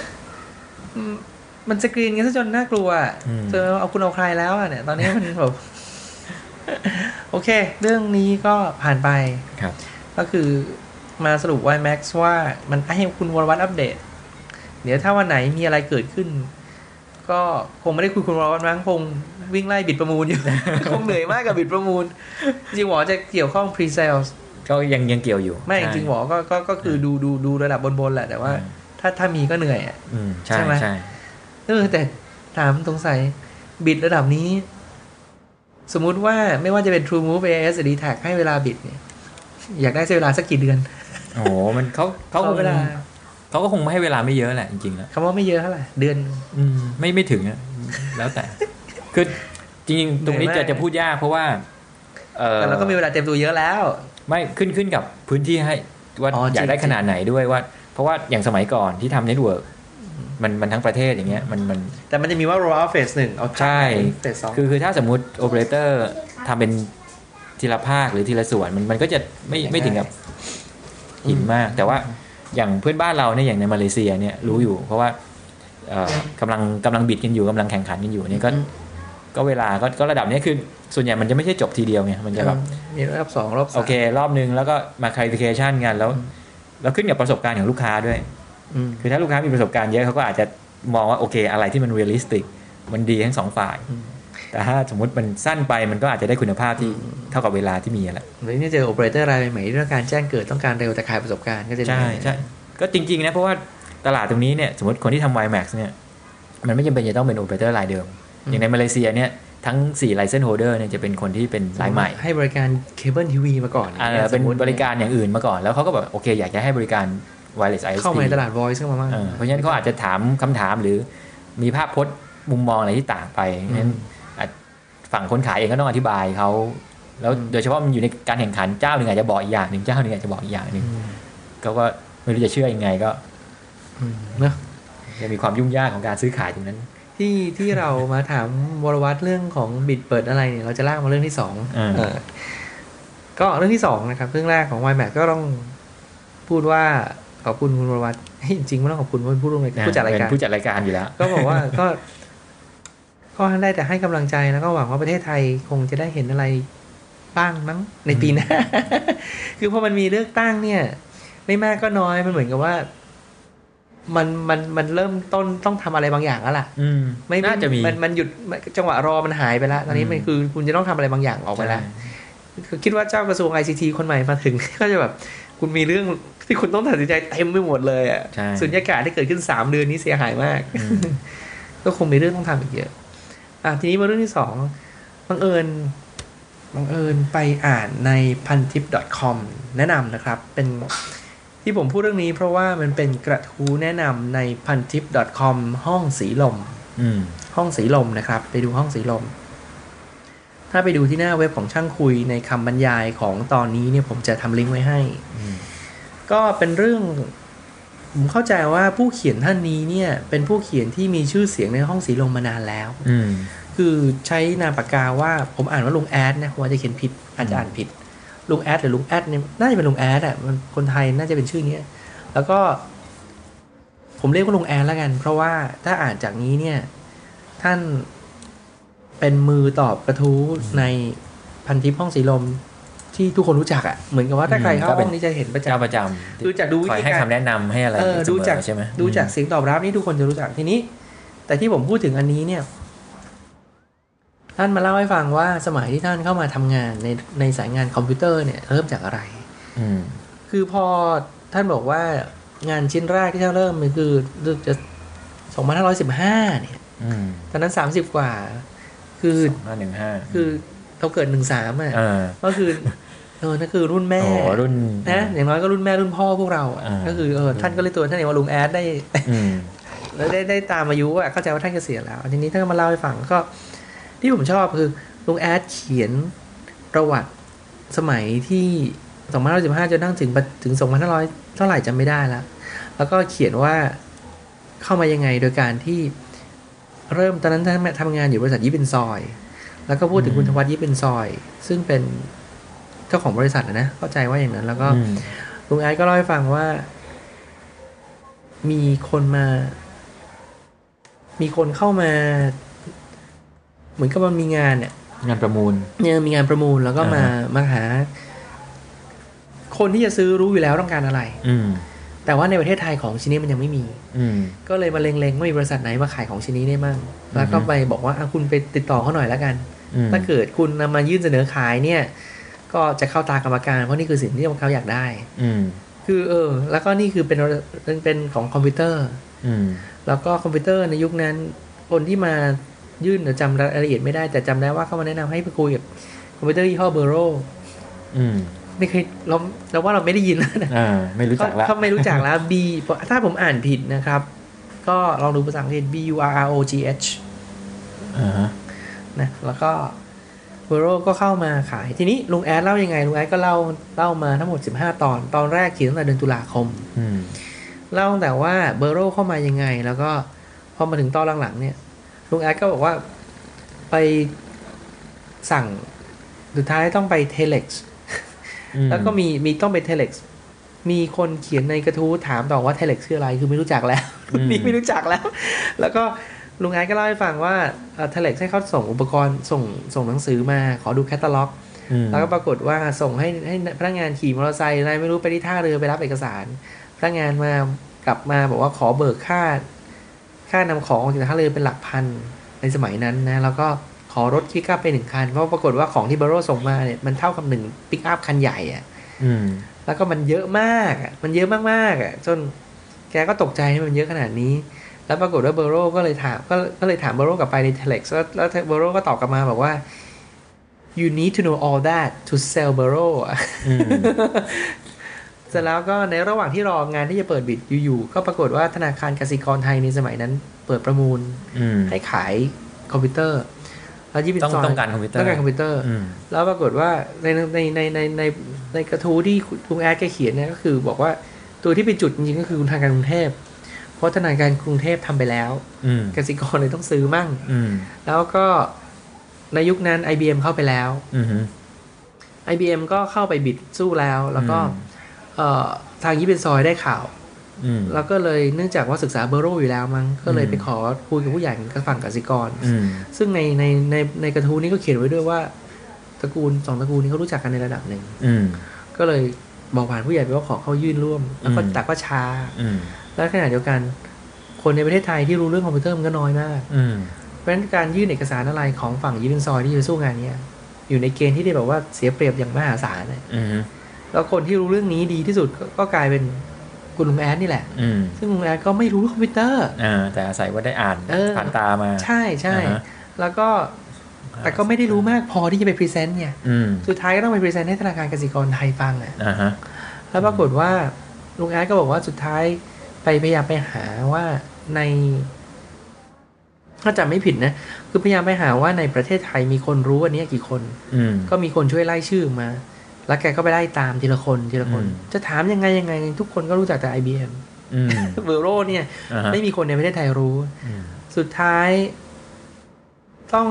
มันสกรีนกันซะจนน่ากลัวเจอเอาคุณเอาใครแล้วอ่ะเนี่ยตอนนี้มันแบบโอเคเรื่องนี้ก็ผ่านไปก็คือมาสรุป YMAX ว่ามันให้คุณวรวัฒน์อัปเดตเดี๋ยวถ้าวันไหนมีอะไรเกิดขึ้นก็คงไม่ได้คุยคุณวรวัฒน์มั้งคงวิ่งไล่บิดประมูลอยู่ คงเหนื่อยมากกับบิดประมูลจริงหวอจะเกี่ยวข้อง pre-sales ก็ยังเกี่ยวอยู่ไม่จริงหวอก็คือดูระดับบนๆแหละแต่ว่าถ้ามีก็เหนื่อยอ่ะใช่ไหมแต่ถามสงสัยบิดระดับนี้สมมุติว่าไม่ว่าจะเป็น True Move AIS หรือ DTAC ให้เวลาบิดเนี่ยอยากได้เวลาสักกี่เดือนโอ้มันเขาเวลาเขาก็คงไม่ให้เวลาไม่เยอะแหละจริงๆแล้วคำว่าไม่เยอะเท่าไหร่เดือนไม่ถึงอ่ะแล้วแต่คือจริงๆตรงนี้จะพูดยากเพราะว่าแต่เราก็มีเวลาเต็มตัวเยอะแล้วไม่ขึ้นกับพื้นที่ให้ว่าอยากได้ขนาดไหนด้วยว่าเพราะว่าอย่างสมัยก่อนที่ทำเน็ตเวิร์กมันทั้งประเทศอย่างเงี้ยมันแต่มันจะมีว่า roll out phase 1เอาใช่คือถ้าสมมุติโอเปอเรเตอร์ทำเป็นทีละภาคหรือทีละส่วนมันก็จะไม่ถึงกับหินมากแต่ว่าอย่างเพื่อนบ้านเราเนี่ยอย่างในมาเลเซียเนี่ยรู้อยู่เพราะว่ากำลังบิดกันอยู่กำลังแข่งขันกันอยู่เนี่ยก็เวลาก็ระดับนี้คือส่วนใหญ่มันจะไม่ใช่จบทีเดียวไงมันจะแบบมีรอบ2รอบ3 โอเครอบนึงแล้วก็มา clarification กันแล้วขึ้นกับประสบการณ์ของลูกค้าด้วยคือถ้าลูกค้ามีประสบการณ์เยอะเขาก็อาจจะมองว่าโอเคอะไรที่มันเรียลลิสติกมันดีทั้ง2ฝ่ายแต่ถ้าสมมติมันสั้นไปมันก็อาจจะได้คุณภาพที่เท่ากับเวลาที่มีแหละแล้วนี่เจอโอเปอเรเตอร์รายใหม่ๆเรื่องการแจ้งเกิดต้องการเร็วแต่ขายประสบการณ์ก็จะใช่ก็จริงๆนะเพราะว่าตลาดตรงนี้เนี่ยสมมติคนที่ทำ YMAX เนี่ยมันไม่จำเป็นจะต้องเป็นโอเปอเรเตอร์รายเดิมอย่างในมาเลเซียเนี่ยทั้ง4 license holder เนี่ยจะเป็นคนที่เป็นรายใหม่ให้บริการเคเบิลทีวีมาก่อนเป็นบริการอย่างอื่นมาก่อนแล้วเขาก็แบบโอเคอยากจะให้บริการwireless ISP เข้ามาในตลาด voice เข้ามามากเพราะฉะนั้นเขาอาจจะถามคำถามหรือมีภาพพจน์มุมมองอะไรที่ต่างไปงั้นฝั่งคนขายเองก็ต้องอธิบายเขาแล้วโดยเฉพาะมันอยู่ในการแข่งขันเจ้าหนึ่งอาจจะบอกอีกอย่างหนึ่งเจ้าหนึ่งอาจจะบอกอีกอย่างหนึ่งก็ไม่รู้จะเชื่อยังไงก็เนอะจะมีความยุ่งยากของการซื้อขายตรงนั้นที่เรามาถามวรวัฒน์เรื่องของบิดเปิดอะไรเนี่ยเราจะลากมาเรื่องที่2ก็เรื่องที่2นะครับเรื่องแรกของ YMAX ก็ต้องพูดว่าขอบคุณคุณวรวัฒน์จริงๆไม่ต้องขอบคุณเพราะผู้จัดรายการผู้จัดรายการอยู่แล้วก็บอกว่าก็ได้แต่ให้กำลังใจแล้วก็หวังว่าประเทศไทยคงจะได้เห็นอะไรบ้างมั้งในปีหน้า คือพอมันมีเลือกตั้งเนี่ยไม่มากก็น้อยมันเหมือนกับว่ามันเริ่มต้นต้องทำอะไรบางอย่างแล้วล่ะไม่น่าจะมีมันหยุดจังหวะรอมันหายไปแล้วตอนนี้มันคือคุณจะต้องทำอะไรบางอย่างออกไปแล้วคือคิดว่าเจ้ากระทรวง ICT คนใหม่มาถึงก็จะแบบคุณมีเรื่องที่คุณต้องตัดสินใจเต็มไปหมดเลยอ่ะสุญญากาศที่เกิดขึ้น3เดือนนี้เสียหายมากก็คงมีเรื่องต้องทำอีกเยอะทีนี้มาเรื่องที่2บังเอิญไปอ่านใน Pantip.com แนะนำนะครับเป็นที่ผมพูดเรื่องนี้เพราะว่ามันเป็นกระทู้แนะนำใน Pantip.com ห้องสีลมห้องสีลมนะครับไปดูห้องสีลมถ้าไปดูที่หน้าเว็บของช่างคุยในคำบรรยายของตอนนี้เนี่ยผมจะทำลิงก์ไว้ให้ก็เป็นเรื่องผมเข้าใจว่าผู้เขียนท่านนี้เนี่ยเป็นผู้เขียนที่มีชื่อเสียงในห้องสีลมมานานแล้วคือใช้นามปากกาว่าผมอ่านว่าลุงแอดนะผมอาจจะเขียนผิดอาจจะอ่านผิดลุงแอดหรือลุงแอดเนี่ยน่าจะเป็นลุงแอดอ่ะมันคนไทยน่าจะเป็นชื่อนี้แล้วก็ผมเรียกว่าลุงแอดแล้วกันเพราะว่าถ้าอ่านจากนี้เนี่ยท่านเป็นมือตอบกระทู้ในพันทิปห้องสีลมที่ทุกคนรู้จักอ่ะเหมือนกับว่าถ้าใครเข้าห้องนี้จะเห็นประจำดูจากดูวิธีการคอยให้คำแนะนำให้อะไรดูจากใช่ไหมดูจากเสียงตอบรับนี่ทุกคนจะรู้จักทีนี้แต่ที่ผมพูดถึงอันนี้เนี่ยท่านมาเล่าให้ฟังว่าสมัยที่ท่านเข้ามาทำงานในสายงานคอมพิวเตอร์เนี่ยเริ่มจากอะไรคือพอท่านบอกว่างานชิ้นแรกที่ท่านเริ่มมันคือจะ2515เนี่ยตอนนั้น30กว่าคือ 2515 คือเขาเกิด13อ่ะก็คือนั่นคือรุ่นแม่รุ่นนะอย่างน้อยก็รุ่นแม่รุ่นพ่อพวกเราก็คือท่านก็เลยตัวท่านเองว่าลุงแอดได้แล้วได้ตามอายุอ่ะเข้าใจว่าท่านเกษียณแล้วทีนี้ท่านก็มาเล่าให้ฟังก็ที่ผมชอบคือลุงแอดเขียนประวัติสมัยที่2515จนนั่งถึง2500เท่าไหร่จำไม่ได้แล้วก็เขียนว่าเข้ามายังไงโดยการที่เริ่มตอนนั้นท่านทำงานอยู่บริษัทยิปเป็นซอยแล้วก็พูดถึงคุณธวัฒน์ยิปเป็นซอยซึ่งเป็นเจ้าของบริษัทนะเข้าใจว่าอย่างนั้นแล้วก็ลุงแอดก็เล่าให้ฟังว่ามีคนเข้ามาเหมือนกับมันมีงานเนี่ยงานประมูลเนี่ยมีงานประมูลแล้วก็มาหาคนที่จะซื้อรู้อยู่แล้วต้องการอะไรแต่ว่าในประเทศไทยของชิ้นนี้มันยังไม่มีก็เลยมาเล็งๆว่ามีบริษัทไหนมาขายของชิ้นนี้ได้มั่งแล้วก็ไปบอกว่าคุณไปติดต่อเขาหน่อยแล้วกันถ้าเกิดคุณนำมายื่นเสนอขายเนี่ยก็จะเข้าตากรรมการเพราะนี่คือสิ่งที่เขาอยากได้คือแล้วก็นี่คือเป็นของคอมพิวเตอร์แล้วก็คอมพิวเตอร์ในยุคนั้นคนที่มายื่นจำรายละเอียดไม่ได้แต่จำได้ว่าเขามาแนะนำให้ไปคุยกับคอมพิวเตอร์ยี่ห้อเบอร์โรไม่เคยเราว่าเราไม่ได้ยินแล้วนะไม่รู้จักแล้วเขาไม่รู้จักแล้ว B ถ้าผมอ่านผิดนะครับก็ลองดูภาษาอังกฤษ BURROGH นะแล้วก็เบอร์โรก็เข้ามาขายทีนี้ลุงแอดเล่ายังไงลุงแอดก็เล่ามาทั้งหมด15ตอนแรกเขียนตั้งแต่เดือนตุลาคมเล่าแต่ว่าเบอร์โรเข้ามายังไงแล้วก็พอมาถึงตอนหลังๆเนี่ยลุงแอดก็บอกว่าไปสั่งสุดท้ายต้องไปเทเล็กซ์แล้วก็มีต้องไปเทเล็กซ์มีคนเขียนในกระทู้ถามต่อว่าเทเล็กซ์คืออะไรคือไม่รู้จักแล้วนี่ไม่รู้จักแล้วก็ลุงแอดก็เล่าให้ฟังว่าเทเล็กซ์ให้เขาส่งอุปกรณ์ส่งหนังสือมาขอดูแคตตาล็อกแล้วก็ปรากฏว่าส่งให้พนักงานขี่มอเตอร์ไซค์อะไรไม่รู้ไปที่ท่าเรือไปรับเอกสารพนักงานมากลับมาบอกว่าขอเบิกค่านำของออกจากท่าเรือเป็นหลักพันในสมัยนั้นนะแล้วก็ขอรถปิกอัพไป1คันเพราะปรากฏว่าของที่เบอร์โรส่งมาเนี่ยมันเท่ากับ1ปิกอัพคันใหญ่อ่ะแล้วก็มันเยอะมากอ่ะมันเยอะมากๆอ่ะจนแกก็ตกใจที่มันเยอะขนาดนี้แล้วปรากฏว่าเบอร์โรก็เลยถามเบอร์โรกลับไปใน Telex แล้วเบอร์โรก็ตอบกลับมาบอกว่า you need to know all that to sell Burrow เสร็จแล้วก็ในระหว่างที่รองานที่จะเปิดบิดอยู่ๆก็ปรากฏว่าธนาคารกสิกรไทยในสมัยนั้นเปิดประมูลให้ขายคอมพิวเตอร์แล้วยี่สิบต้องการคอมพิวเตอร์แล้วปรากฏว่าในกระทู้ที่ลุงแอดแกเขียนเนี่ยก็คือบอกว่าตัวที่เป็นจุดจริงๆก็คือธนาคารกรุงเทพเพราะธนาคารกรุงเทพทำไปแล้วกสิกรเลยต้องซื้อมั่งแล้วก็ในยุคนั้น IBM เข้าไปแล้ว IBM ก็เข้าไปบิดสู้แล้วก็ทางยี่เป็นซอยได้ข่าวแล้วก็เลยเนื่องจากว่าศึกษาเบอร์โรอยู่แล้วมั้งก็เลยไปขอคุยกับผู้ใหญ่กับฝั่งกสิกรซึ่งในกระทู้นี้ก็เขียนไว้ด้วยว่าตระกูล2ตระกูลนี้เขารู้จักกันในระดับหนึ่งก็เลยบอกผ่านผู้ใหญ่ไปว่าขอเข้ายื่นร่วมแล้วก็แต่ก็ช้าแล้วขณะเดียวกันคนในประเทศไทยที่รู้เรื่องคอมพิวเตอร์มันก็น้อยมากเพราะฉะนั้นการยื่นเอกสารอะไรของฝั่งยี่เป็นซอยที่จะสู้งานนี้อยู่ในเกณฑ์ที่ได้แบบว่าเสียเปรียบอย่างมหาศาลแล้วคนที่รู้เรื่องนี้ดีที่สุดก็กลายเป็นคุณลุงแอดนี่แหละซึ่งลุงแอดก็ไม่รู้คอมพิวเตอร์แต่อาศัยว่าได้อ่านผ่านตามาใช่แล้วก็แต่ก็ไม่ได้รู้มากพอที่จะไปพรีเซนต์เนี่ยสุดท้ายก็ต้องไปพรีเซนต์ให้ธนาคารกสิกรไทยฟังแล้วปรากฏว่าลุงแอดก็บอกว่าสุดท้ายพยายามไปหาว่าในถ้าจำไม่ผิดนะคือพยายามไปหาว่าในประเทศไทยมีคนรู้อันนี้กี่คนก็มีคนช่วยไล่ชื่อมาแล้วแกก็ไปไล่ตามทีละคนจะถามยังไงทุกคนก็รู้จักแต่ IBM เบอร์โรเนี่ยไม่มีคนในประเทศไทยรู้สุดท้ายต้อง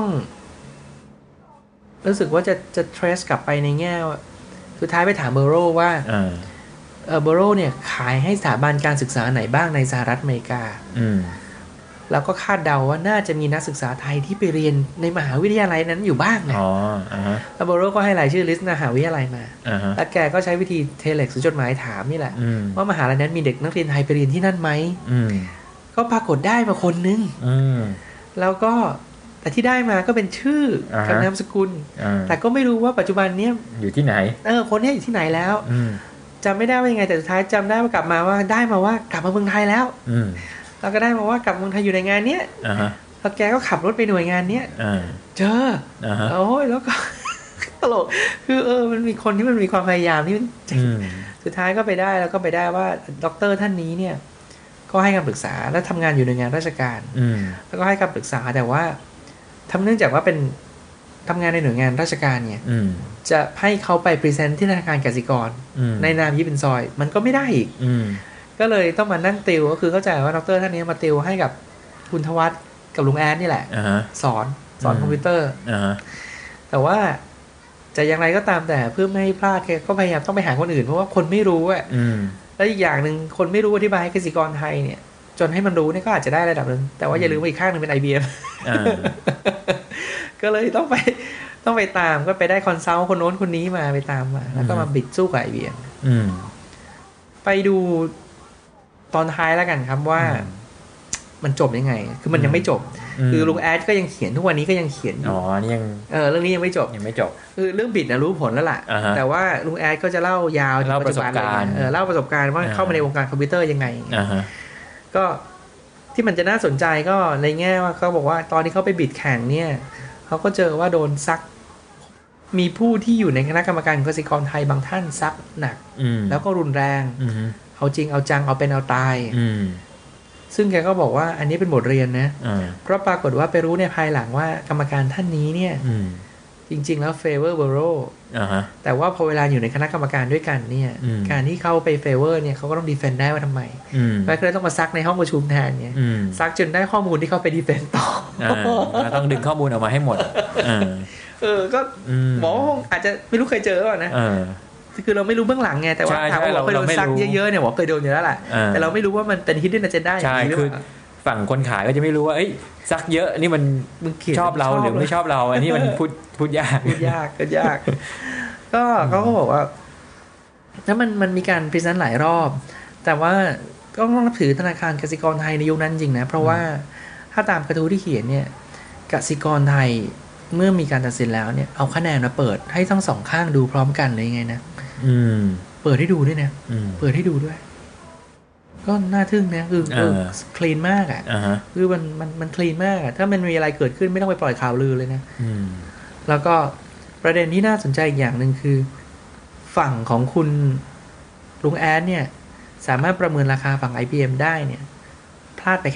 รู้สึกว่าจะ trace กลับไปในแง่สุดท้ายไปถามเบอร์โรว่าเบอร์โรเนี่ยขายให้สถาบันการศึกษาไหนบ้างในสหรัฐอเมริกาแล้วก็คาดเดาว่าน่าจะมีนักศึกษาไทยที่ไปเรียนในมหาวิทยาลัยนั้นอยู่บ้างนะแล้วเบอร์โรก็ให้รายชื่อลิสต์มหาวิทยาลัยมาแล้วแกก็ใช้วิธีเทเลกซ์หรือจดหมายถามนี่แหละว่ามหาลัยนั้นมีเด็กนักเรียนไทยไปเรียนที่นั่นไหมก็ปรากฏได้มาคนนึงแล้วก็แต่ที่ได้มาก็เป็นชื่อกับนามสกุลแต่ก็ไม่รู้ว่าปัจจุบันนี้อยู่ที่ไหนคนนี้อยู่ที่ไหนแล้วจำไม่ได้ว่ายังไงแต่สุดท้ายจำได้ว่ากลับมาว่ากลับมาเมืองไทยแล้วแล้วก็ได้มาว่ากลับเมืองไทยอยู่ในงานเนี้ยแล้วแกก็ขับรถไปหน่วยงานเนี้ยเจอโอ้ยแล้วก็ตลกคือมันมีคนที่มันมีความพยายามที่สุดท้ายก็ไปได้แล้วก็ไปได้ว่าด็อกเตอร์ท่านนี้เนี่ยก็ให้คำปรึกษาและทำงานอยู่ในงานราชการแล้วก็ให้คำปรึกษาแต่ว่าเนื่องจากว่าเป็นทำงานในหน่วยงานราชการเนี่ยจะให้เขาไปพรีเซนต์ที่ธนาคารกสิกรในนามยิปเป็นซอยมันก็ไม่ได้อีกก็เลยต้องมานั่งติวก็คือเข้าใจว่าดร.ท่านนี้มาติวให้กับคุณทวัฒน์กับลุงแอดนี่แหละสอนคอมพิวเตอร์แต่ว่าจะอย่างไรก็ตามแต่เพื่อไม่ให้พลาดแกก็พยายามต้องไปหาคนอื่นเพราะว่าคนไม่รู้อ่ะแล้วอีกอย่างนึงคนไม่รู้อธิบายให้กสิกรไทยเนี่ยจนให้มันรู้เนี่ยก็อาจจะได้ระดับนึงแต่ว่าอย่าลืมว่าอีกข้างนึงเป็น IBM ก็เลยต้องไปตามก็ไปได้คอนซัลท์คนโน้นคนนี้มาไปตามมาแล้วก็มาบิดสู้กับ IBM ไปดูตอนท้ายแล้วกันครับว่ามันจบยังไงคือมันยังไม่จบคือลุงแอดก็ยังเขียนทุกวันนี้ก็ยังเขียนอยู่นี่ยังเรื่องนี้ยังไม่จบคือเรื่องบิดนะรู้ผลแล้วล่ะแต่ว่าลุงแอดก็จะเล่ายาวเล่าประสบการณ์เล่าประสบการณ์ว่าเข้ามาในวงการคอมพิวเตอร์ยังไงก็ที่มันจะน่าสนใจก็ในแง่ว่าเขาบอกว่าตอนที่เขาไปบิดแข่งเนี่ยเขาก็เจอว่าโดนซักมีผู้ที่อยู่ในคณะกรรมการกสิกรไทยบางท่านซักหนักแล้วก็รุนแรงเอาจริงเอาจังเอาเป็นเอาตายซึ่งแกก็บอกว่าอันนี้เป็นบทเรียนนะเพราะปรากฏว่าไปรู้ในภายหลังว่ากรรมการท่านนี้เนี่ยจริงๆแล้วเฟเวอร์เบโรแต่ว่าพอเวลาอยู่ในคณะกรรมการด้วยกันเนี่ยการที่เขาไปเฟเวอร์เนี่ยเขาก็ต้องดีเฟนด์ได้ว่าทำไมแล้วก็เลยต้องมาซักในห้องประชุมแทนเนี่ยซักจนได้ข้อมูลที่เขาไปดีเฟนด์ต่อต้องดึงข้อมูลออกมาให้หมดก็หมออาจจะไม่รู้เคยเจอหรือเปล่านะคือเราไม่รู้เบื้องหลังไงแต่ว่าถามว่าเราเคยโดนซักเยอะๆเนี่ยหมอเคยโดนอยู่แล้วแหละแต่เราไม่รู้ว่ามันเป็น hidden agenda อย่างนี้หรือเปล่าฝั่งคนขายก็จะไม่รู้ว่าซักเยอะนี่มันชอบเราหรือไม่ชอบเราอันนี้มันพูดยากก็ยากก็เขาก็บอกว่าแล้วมันมีการพรีเซนต์หลายรอบแต่ว่าก็ต้องนับถือธนาคารกสิกรไทยในยุคนั้นจริงนะเพราะว่าถ้าตามกระทู้ที่เขียนเนี่ยกสิกรไทยเมื่อมีการตัดสินแล้วเนี่ยเอาคะแนนมาเปิดให้ทั้งสองข้างดูพร้อมกันเลยไงนะเปิดให้ดูด้วยนะเปิดให้ดูด้วยก็น่าทึ่งนะคือคลีนมากอ่ะคือมันคลีนมากอ่ะถ้ามันมีอะไรเกิดขึ้นไม่ต้องไปปล่อยข่าวลือเลยนะแล้วก็ประเด็นที่น่าสนใจอีกอย่างนึงคือฝั่งของคุณลุงแอดเนี่ยสามารถประเมินราคาฝั่ง IBM ได้เนี่ยพลาดไปแค่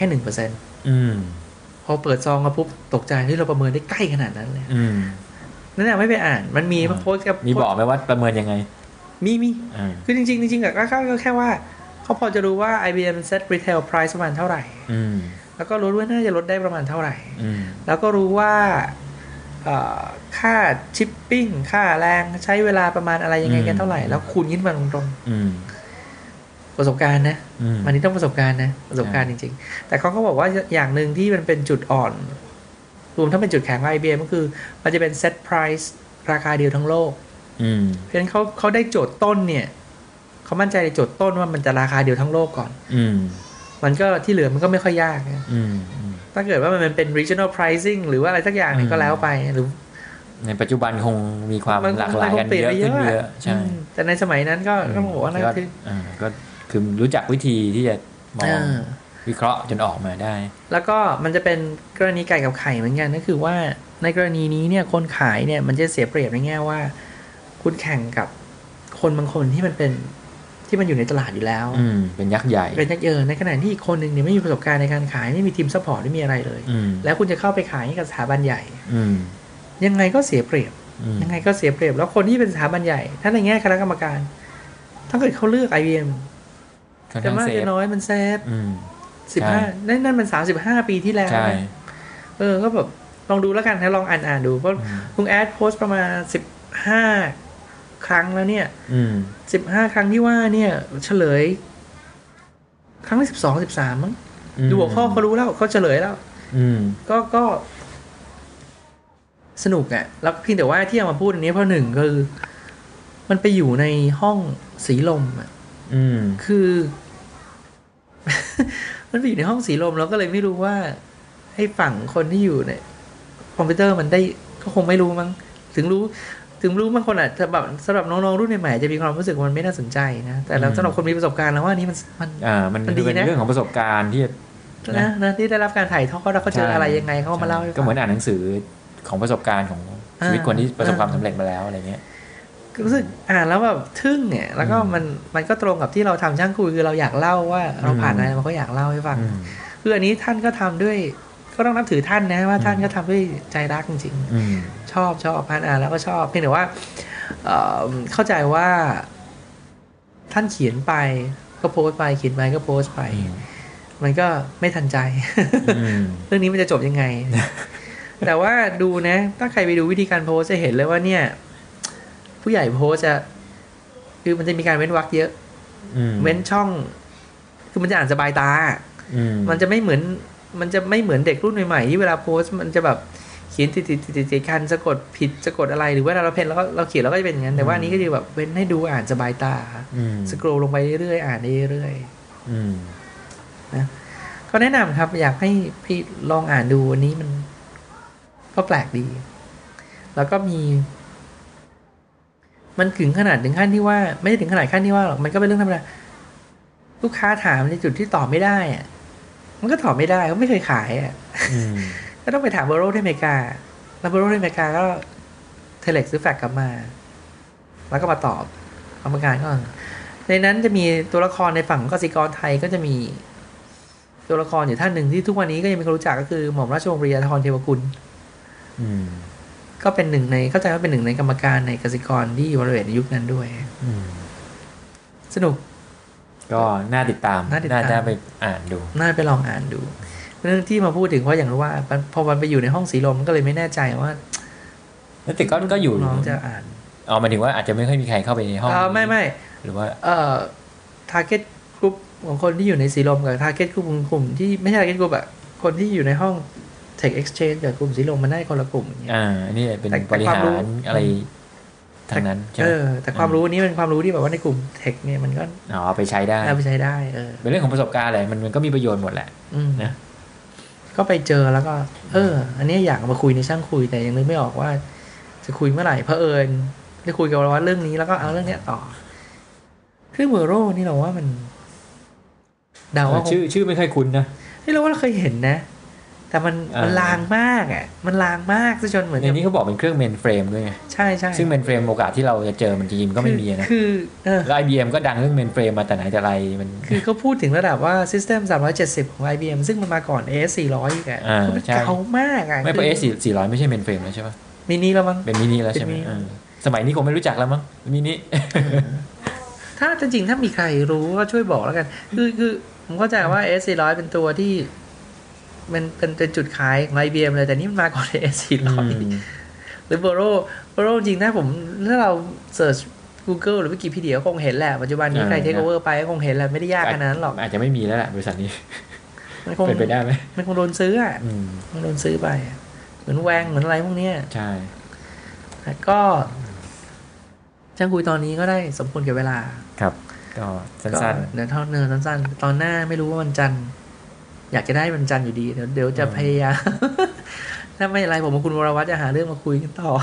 1% พอเปิดซองมาปุ๊บตกใจที่เราประเมินได้ใกล้ขนาดนั้นเลยนั่นแหละไม่ไปอ่านมันมีโพสต์กับมีบอกไหมว่าประเมินยังไงมีคือจริงๆก็แค่ว่าเขาพอจะรู้ว่า IBM set retail price ประมาณเท่าไหร่แล้วก็รู้ว่าน่าจะลดได้ประมาณเท่าไหร่แล้วก็รู้ว่าค่าชิปปิ้งค่าแรงใช้เวลาประมาณอะไรยังไงกันเท่าไหร่แล้วคูณขึ้นมาตรงๆประสบการณ์นะมันนี่ต้องประสบการณ์นะประสบการณ์จริงๆแต่เขาก็บอกว่าอย่างนึงที่มันเป็นจุดอ่อนรวมทั้งเป็นจุดแข็งของ IBM ก็คือมันจะเป็น set price ราคาเดียวทั้งโลกเพราะฉะนั้นเขาได้โจทย์ต้นเนี่ยเขามั่นใจในโจทย์ต้นว่ามันจะราคาเดียวทั้งโลกก่อนมันก็ที่เหลือมันก็ไม่ค่อยยากนะถ้าเกิดว่ามันเป็น regional pricing หรือว่าอะไรสักอย่างนึงก็แล้วไปหรือในปัจจุบันคงมีความหลากหลายกันเยอะขึ้นเยอะใช่แต่ในสมัยนั้นก็ต้องบอกว่าก็คือรู้จักวิธีที่จะมองวิเคราะห์จนออกมาได้แล้วก็มันจะเป็นกรณีไก่กับไข่เหมือนกันก็คือว่าในกรณีนี้เนี่ยคนขายเนี่ยมันจะเสียเปรียบในแง่ว่าคุณแข่งกับคนบางคนที่มันเป็นที่มันอยู่ในตลาดอยู่แล้วเป็นยักษ์ใหญ่เป็นยักษ์ในขณะที่อีกคนหนึ่งเนี่ยไม่มีประสบการณ์ในการขายไม่มีทีมซัพพอร์ตไม่มีอะไรเลยแล้วคุณจะเข้าไปขายให้กับสถาบันใหญ่ยังไงก็เสียเปรียบยังไงก็เสียเปรียบแล้วคนที่เป็นสถาบันใหญ่ถ้าในแง่คณะกรรมการถ้าเกิดเขาเลือก IBM จะมากจะน้อยมันเซฟ15นั่นมัน35 ปีที่แล้วก็แบบลองดูแล้วกันนะลองอ่านดูเพราะลุงแอดโพสต์ประมาณ15 ครั้งแล้วเนี่ย15 ครั้งที่ว่าเนี่ยเฉลยครั้งที่12 13มั้งดูหัวข้อเขารู้แล้วเขาเฉลยแล้วก็สนุกอ่ะแล้วเพียงแต่ว่าที่เอามาพูดอันนี้เพราะหนึ่งคือมันไปอยู่ในห้องสีลมอ่ะคือ มันไปอยู่ในห้องสีลมแล้วก็เลยไม่รู้ว่าให้ฝั่งคนที่อยู่ในคอมพิวเตอร์มันได้ก็คงไม่รู้มั้งถึงรู้บางคนอ่ะสำหรับน้องๆรุ่นใหม่ๆจะมีความรู้สึกมันไม่น่าสนใจนะแต่แล้วสำหรับคนมีประสบการณ์แล้วว่านี้มันดีนะเรื่องของประสบการณ์ที่นะที่ได้รับการถ่ายทอดแล้วเขาเจออะไรยังไงเขามาเล่าก็เหมือนอ่านหนังสือของประสบการณ์ของชีวิตคนที่ประสบความสำเร็จมาแล้วอะไรเงี้ยรู้สึกอ่านแล้วแบบทึ่งเนี่ยแล้วก็มันก็ตรงกับที่เราทำช่างคุยคือเราอยากเล่าว่าเราผ่านอะไรมันก็อยากเล่าให้ฟังคืออันนี้ท่านก็ทำด้วยก็ต้องนับถือท่านนะว่าท่านก็ทำด้วยใจรักจริงๆชอบอ่านแล้วก็ชอบเพียงแต่ว่าเข้าใจว่าท่านเขียนไปก็โพสต์ไปเขียนไปก็โพสต์ไปมันก็ไม่ทันใจเรื่องนี้มันจะจบยังไง แต่ว่าดูนะถ้าใครไปดูวิธีการโพสจะเห็นเลยว่าเนี่ยผู้ใหญ่โพสจะคือมันจะมีการเว้นวรรคเยอะเว้นช่องคือมันจะอ่านสบายตามันจะไม่เหมือนเด็กรุ่นใหม่ๆที่เวลาโพสมันจะแบบเขียนติดคันสะกดผิดสะกดอะไรหรือว่าเราเพ้นแล้วก็เราเขียนแล้วก็จะเป็นอย่างนั้นแต่ว่านี้ก็คือแบบเว้นให้ดูอ่านสบายตาสครอลลงไปเรื่อยๆอ่านเรื่อยๆนะก็แนะนำครับอยากให้พี่ลองอ่านดูอันนี้มันก็แปลกดีแล้วก็มันถึงขนาดถึงขั้นที่ว่าไม่ได้ถึงขนาดขั้นที่ว่าหรอกมันก็เป็นเรื่องธรรมดาลูกค้าถามในจุดที่ตอบไม่ได้อะมันก็ตอบไม่ได้เขาไม่เคยขายอ่ะก็ต้องไปถามเบอร์โรที่อเมริกาแล้วเบอร์โรที่อเมริกาก็เทเลกซื้อแฟกซ์กลับมาแล้วก็มาตอบกรรมการก็ในนั้นจะมีตัวละครในฝั่งกสิกรไทยก็จะมีตัวละครอยู่ท่านหนึ่งที่ทุกวันนี้ก็ยังมีคนรู้จักก็คือหม่อมราชวงศ์ปริยาธรเทวกุลก็เป็นหนึ่งในเข้าใจว่าเป็นหนึ่งในกรรมการในกสิกรที่วอลเลตในยุคนั้นด้วยสนุกก็น่าติดตามน่าจะไปอ่านดูน่าไปลองอ่านดูเรื่องที่มาพูดถึงเพราะอย่างรู้ว่าพอมันไปอยู่ในห้องสีลมก็เลยไม่แน่ใจว่าแต่ก็อยู่น้องจะอ่านหมายถึงว่าอาจจะไม่ค่อยมีใครเข้าไปในห้องไม่หรือว่า target group ของคนที่อยู่ในสีลมกับ target group กลุ่มที่ไม่ใช่ target group อะคนที่อยู่ในห้อง Tech Exchange กับกลุ่มสีลมมันได้คนละกลุ่มอย่างเงี้ยอันนี้เป็นบริหารอะไรทางนั้นแต่ความรู้นี้เป็นความรู้ที่แบบว่าในกลุ่มเทคเนี่ยมันก็ไปใช้ได้เป็นเรื่องของประสบการณ์แหละมันก็มีประโยชน์หมดแหละนะก็ไปเจอแล้วก็อันนี้อยากมาคุยในช่างคุยแต่ยังนึกไม่ออกว่าจะคุยเมื่อไหร่เผอิญได้คุยกับว่าเรื่องนี้แล้วก็เอาเรื่องนี้ต่อคือเวอร์โรนี่เราว่ามันเดาว่าชื่อไม่ค่อยคุ้นนะที่เราว่าเราเคยเห็นนะแต่มันลางมากอ่ะมันลางมากซะจนเหมือนในนี้เขาบอกเป็นเครื่องเมนเฟรมด้วยไงใช่ซึ่งเมนเฟรมโอกาสที่เราจะเจอมันจริงๆก็ไม่มีนะแล้ว IBM ก็ดังเรื่องเมนเฟรมมาแต่ไหนแต่ไรมันคือเขาพูดถึงระดับว่า System 370ของ IBM ซึ่งมันมาก่อน AS400 อีกอ่ะมันเก่ามากอ่ะไม่เพราะ AS400 ไม่ใช่เมนเฟรมแล้วใช่ป่ะมินิแล้วมั้งเป็นมินิแล้วใช่ไหมสมัยนี้คงไม่รู้จักแล้วมั้งมินิถ้าจริงๆถ้ามีใครรู้ก็ช่วยบอกแล้วกันคือผมเข้าใจว่า AS400 เป็นตัวที่มันเป็นจุดขายของ IBM เลยแต่นี่มันมาก่อน AS400 หรือ Borrow จริงถ้าเราเสิร์ช Google หรือ Wikipedia ก็คงเห็นแหละปัจจุบันนี้ใครเทคโอเวอร์ไปก็คงเห็นแหละไม่ได้ยากขนาดนั้นหรอกอาจจะไม่มีแล้วแหละบริษัทนี้เป็นไปได้ไหมมันคงโดนซื้ออ่ะมันโดนซื้อไปเหมือนแวงเหมือนอะไรพวกนี้ใช่ก็ช่างคุยตอนนี้ก็ได้สมควรแก่เวลาครับก็สั้นๆเดี๋ยวเนื้อสั้นๆตอนหน้าไม่รู้ว่าวันจันทร์อยากจะได้วันจันทร์อยู่ดีเดี๋ยวจะพยายามถ้าไม่อะไรผมกับคุณวรวัฒน์จะหาเรื่องมาคุยกันต่อ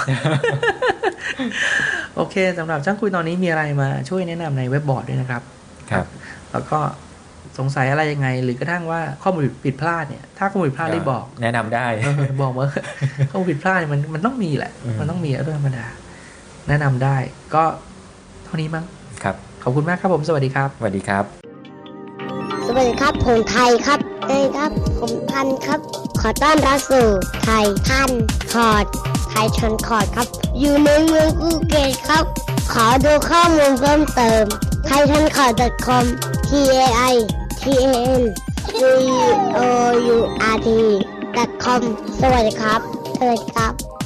โอเคสำหรับช่างคุยตอนนี้มีอะไรมาช่วยแนะนำในเว็บบอร์ดด้วยนะครับครับแล้วก็สงสัยอะไรยังไงหรือกระทั่งว่าข้อมูลผิดพลาดเนี่ยถ้าข้อมูลผิดพลาดรีบบอกแนะนำได้บอกว่าข้อมูลผิดพลาดมันต้องมีแหละมันต้องมีเรื่องธรรมดาแนะนำได้ก็เท่านี้มั้งครับขอบคุณมากครับผมสวัสดีครับสวัสดีครับสวัสดีครับผมไทยครับครับผมทันครับขอต้อนรับสู่ไทยทันคอร์ดไทยทันคอร์ดครับอยู่ในเมืองภูเก็ตครับขอดูข้อมูลเพิ่มเติม thaitancourt.com thaitancourt.com สวัสดีครับ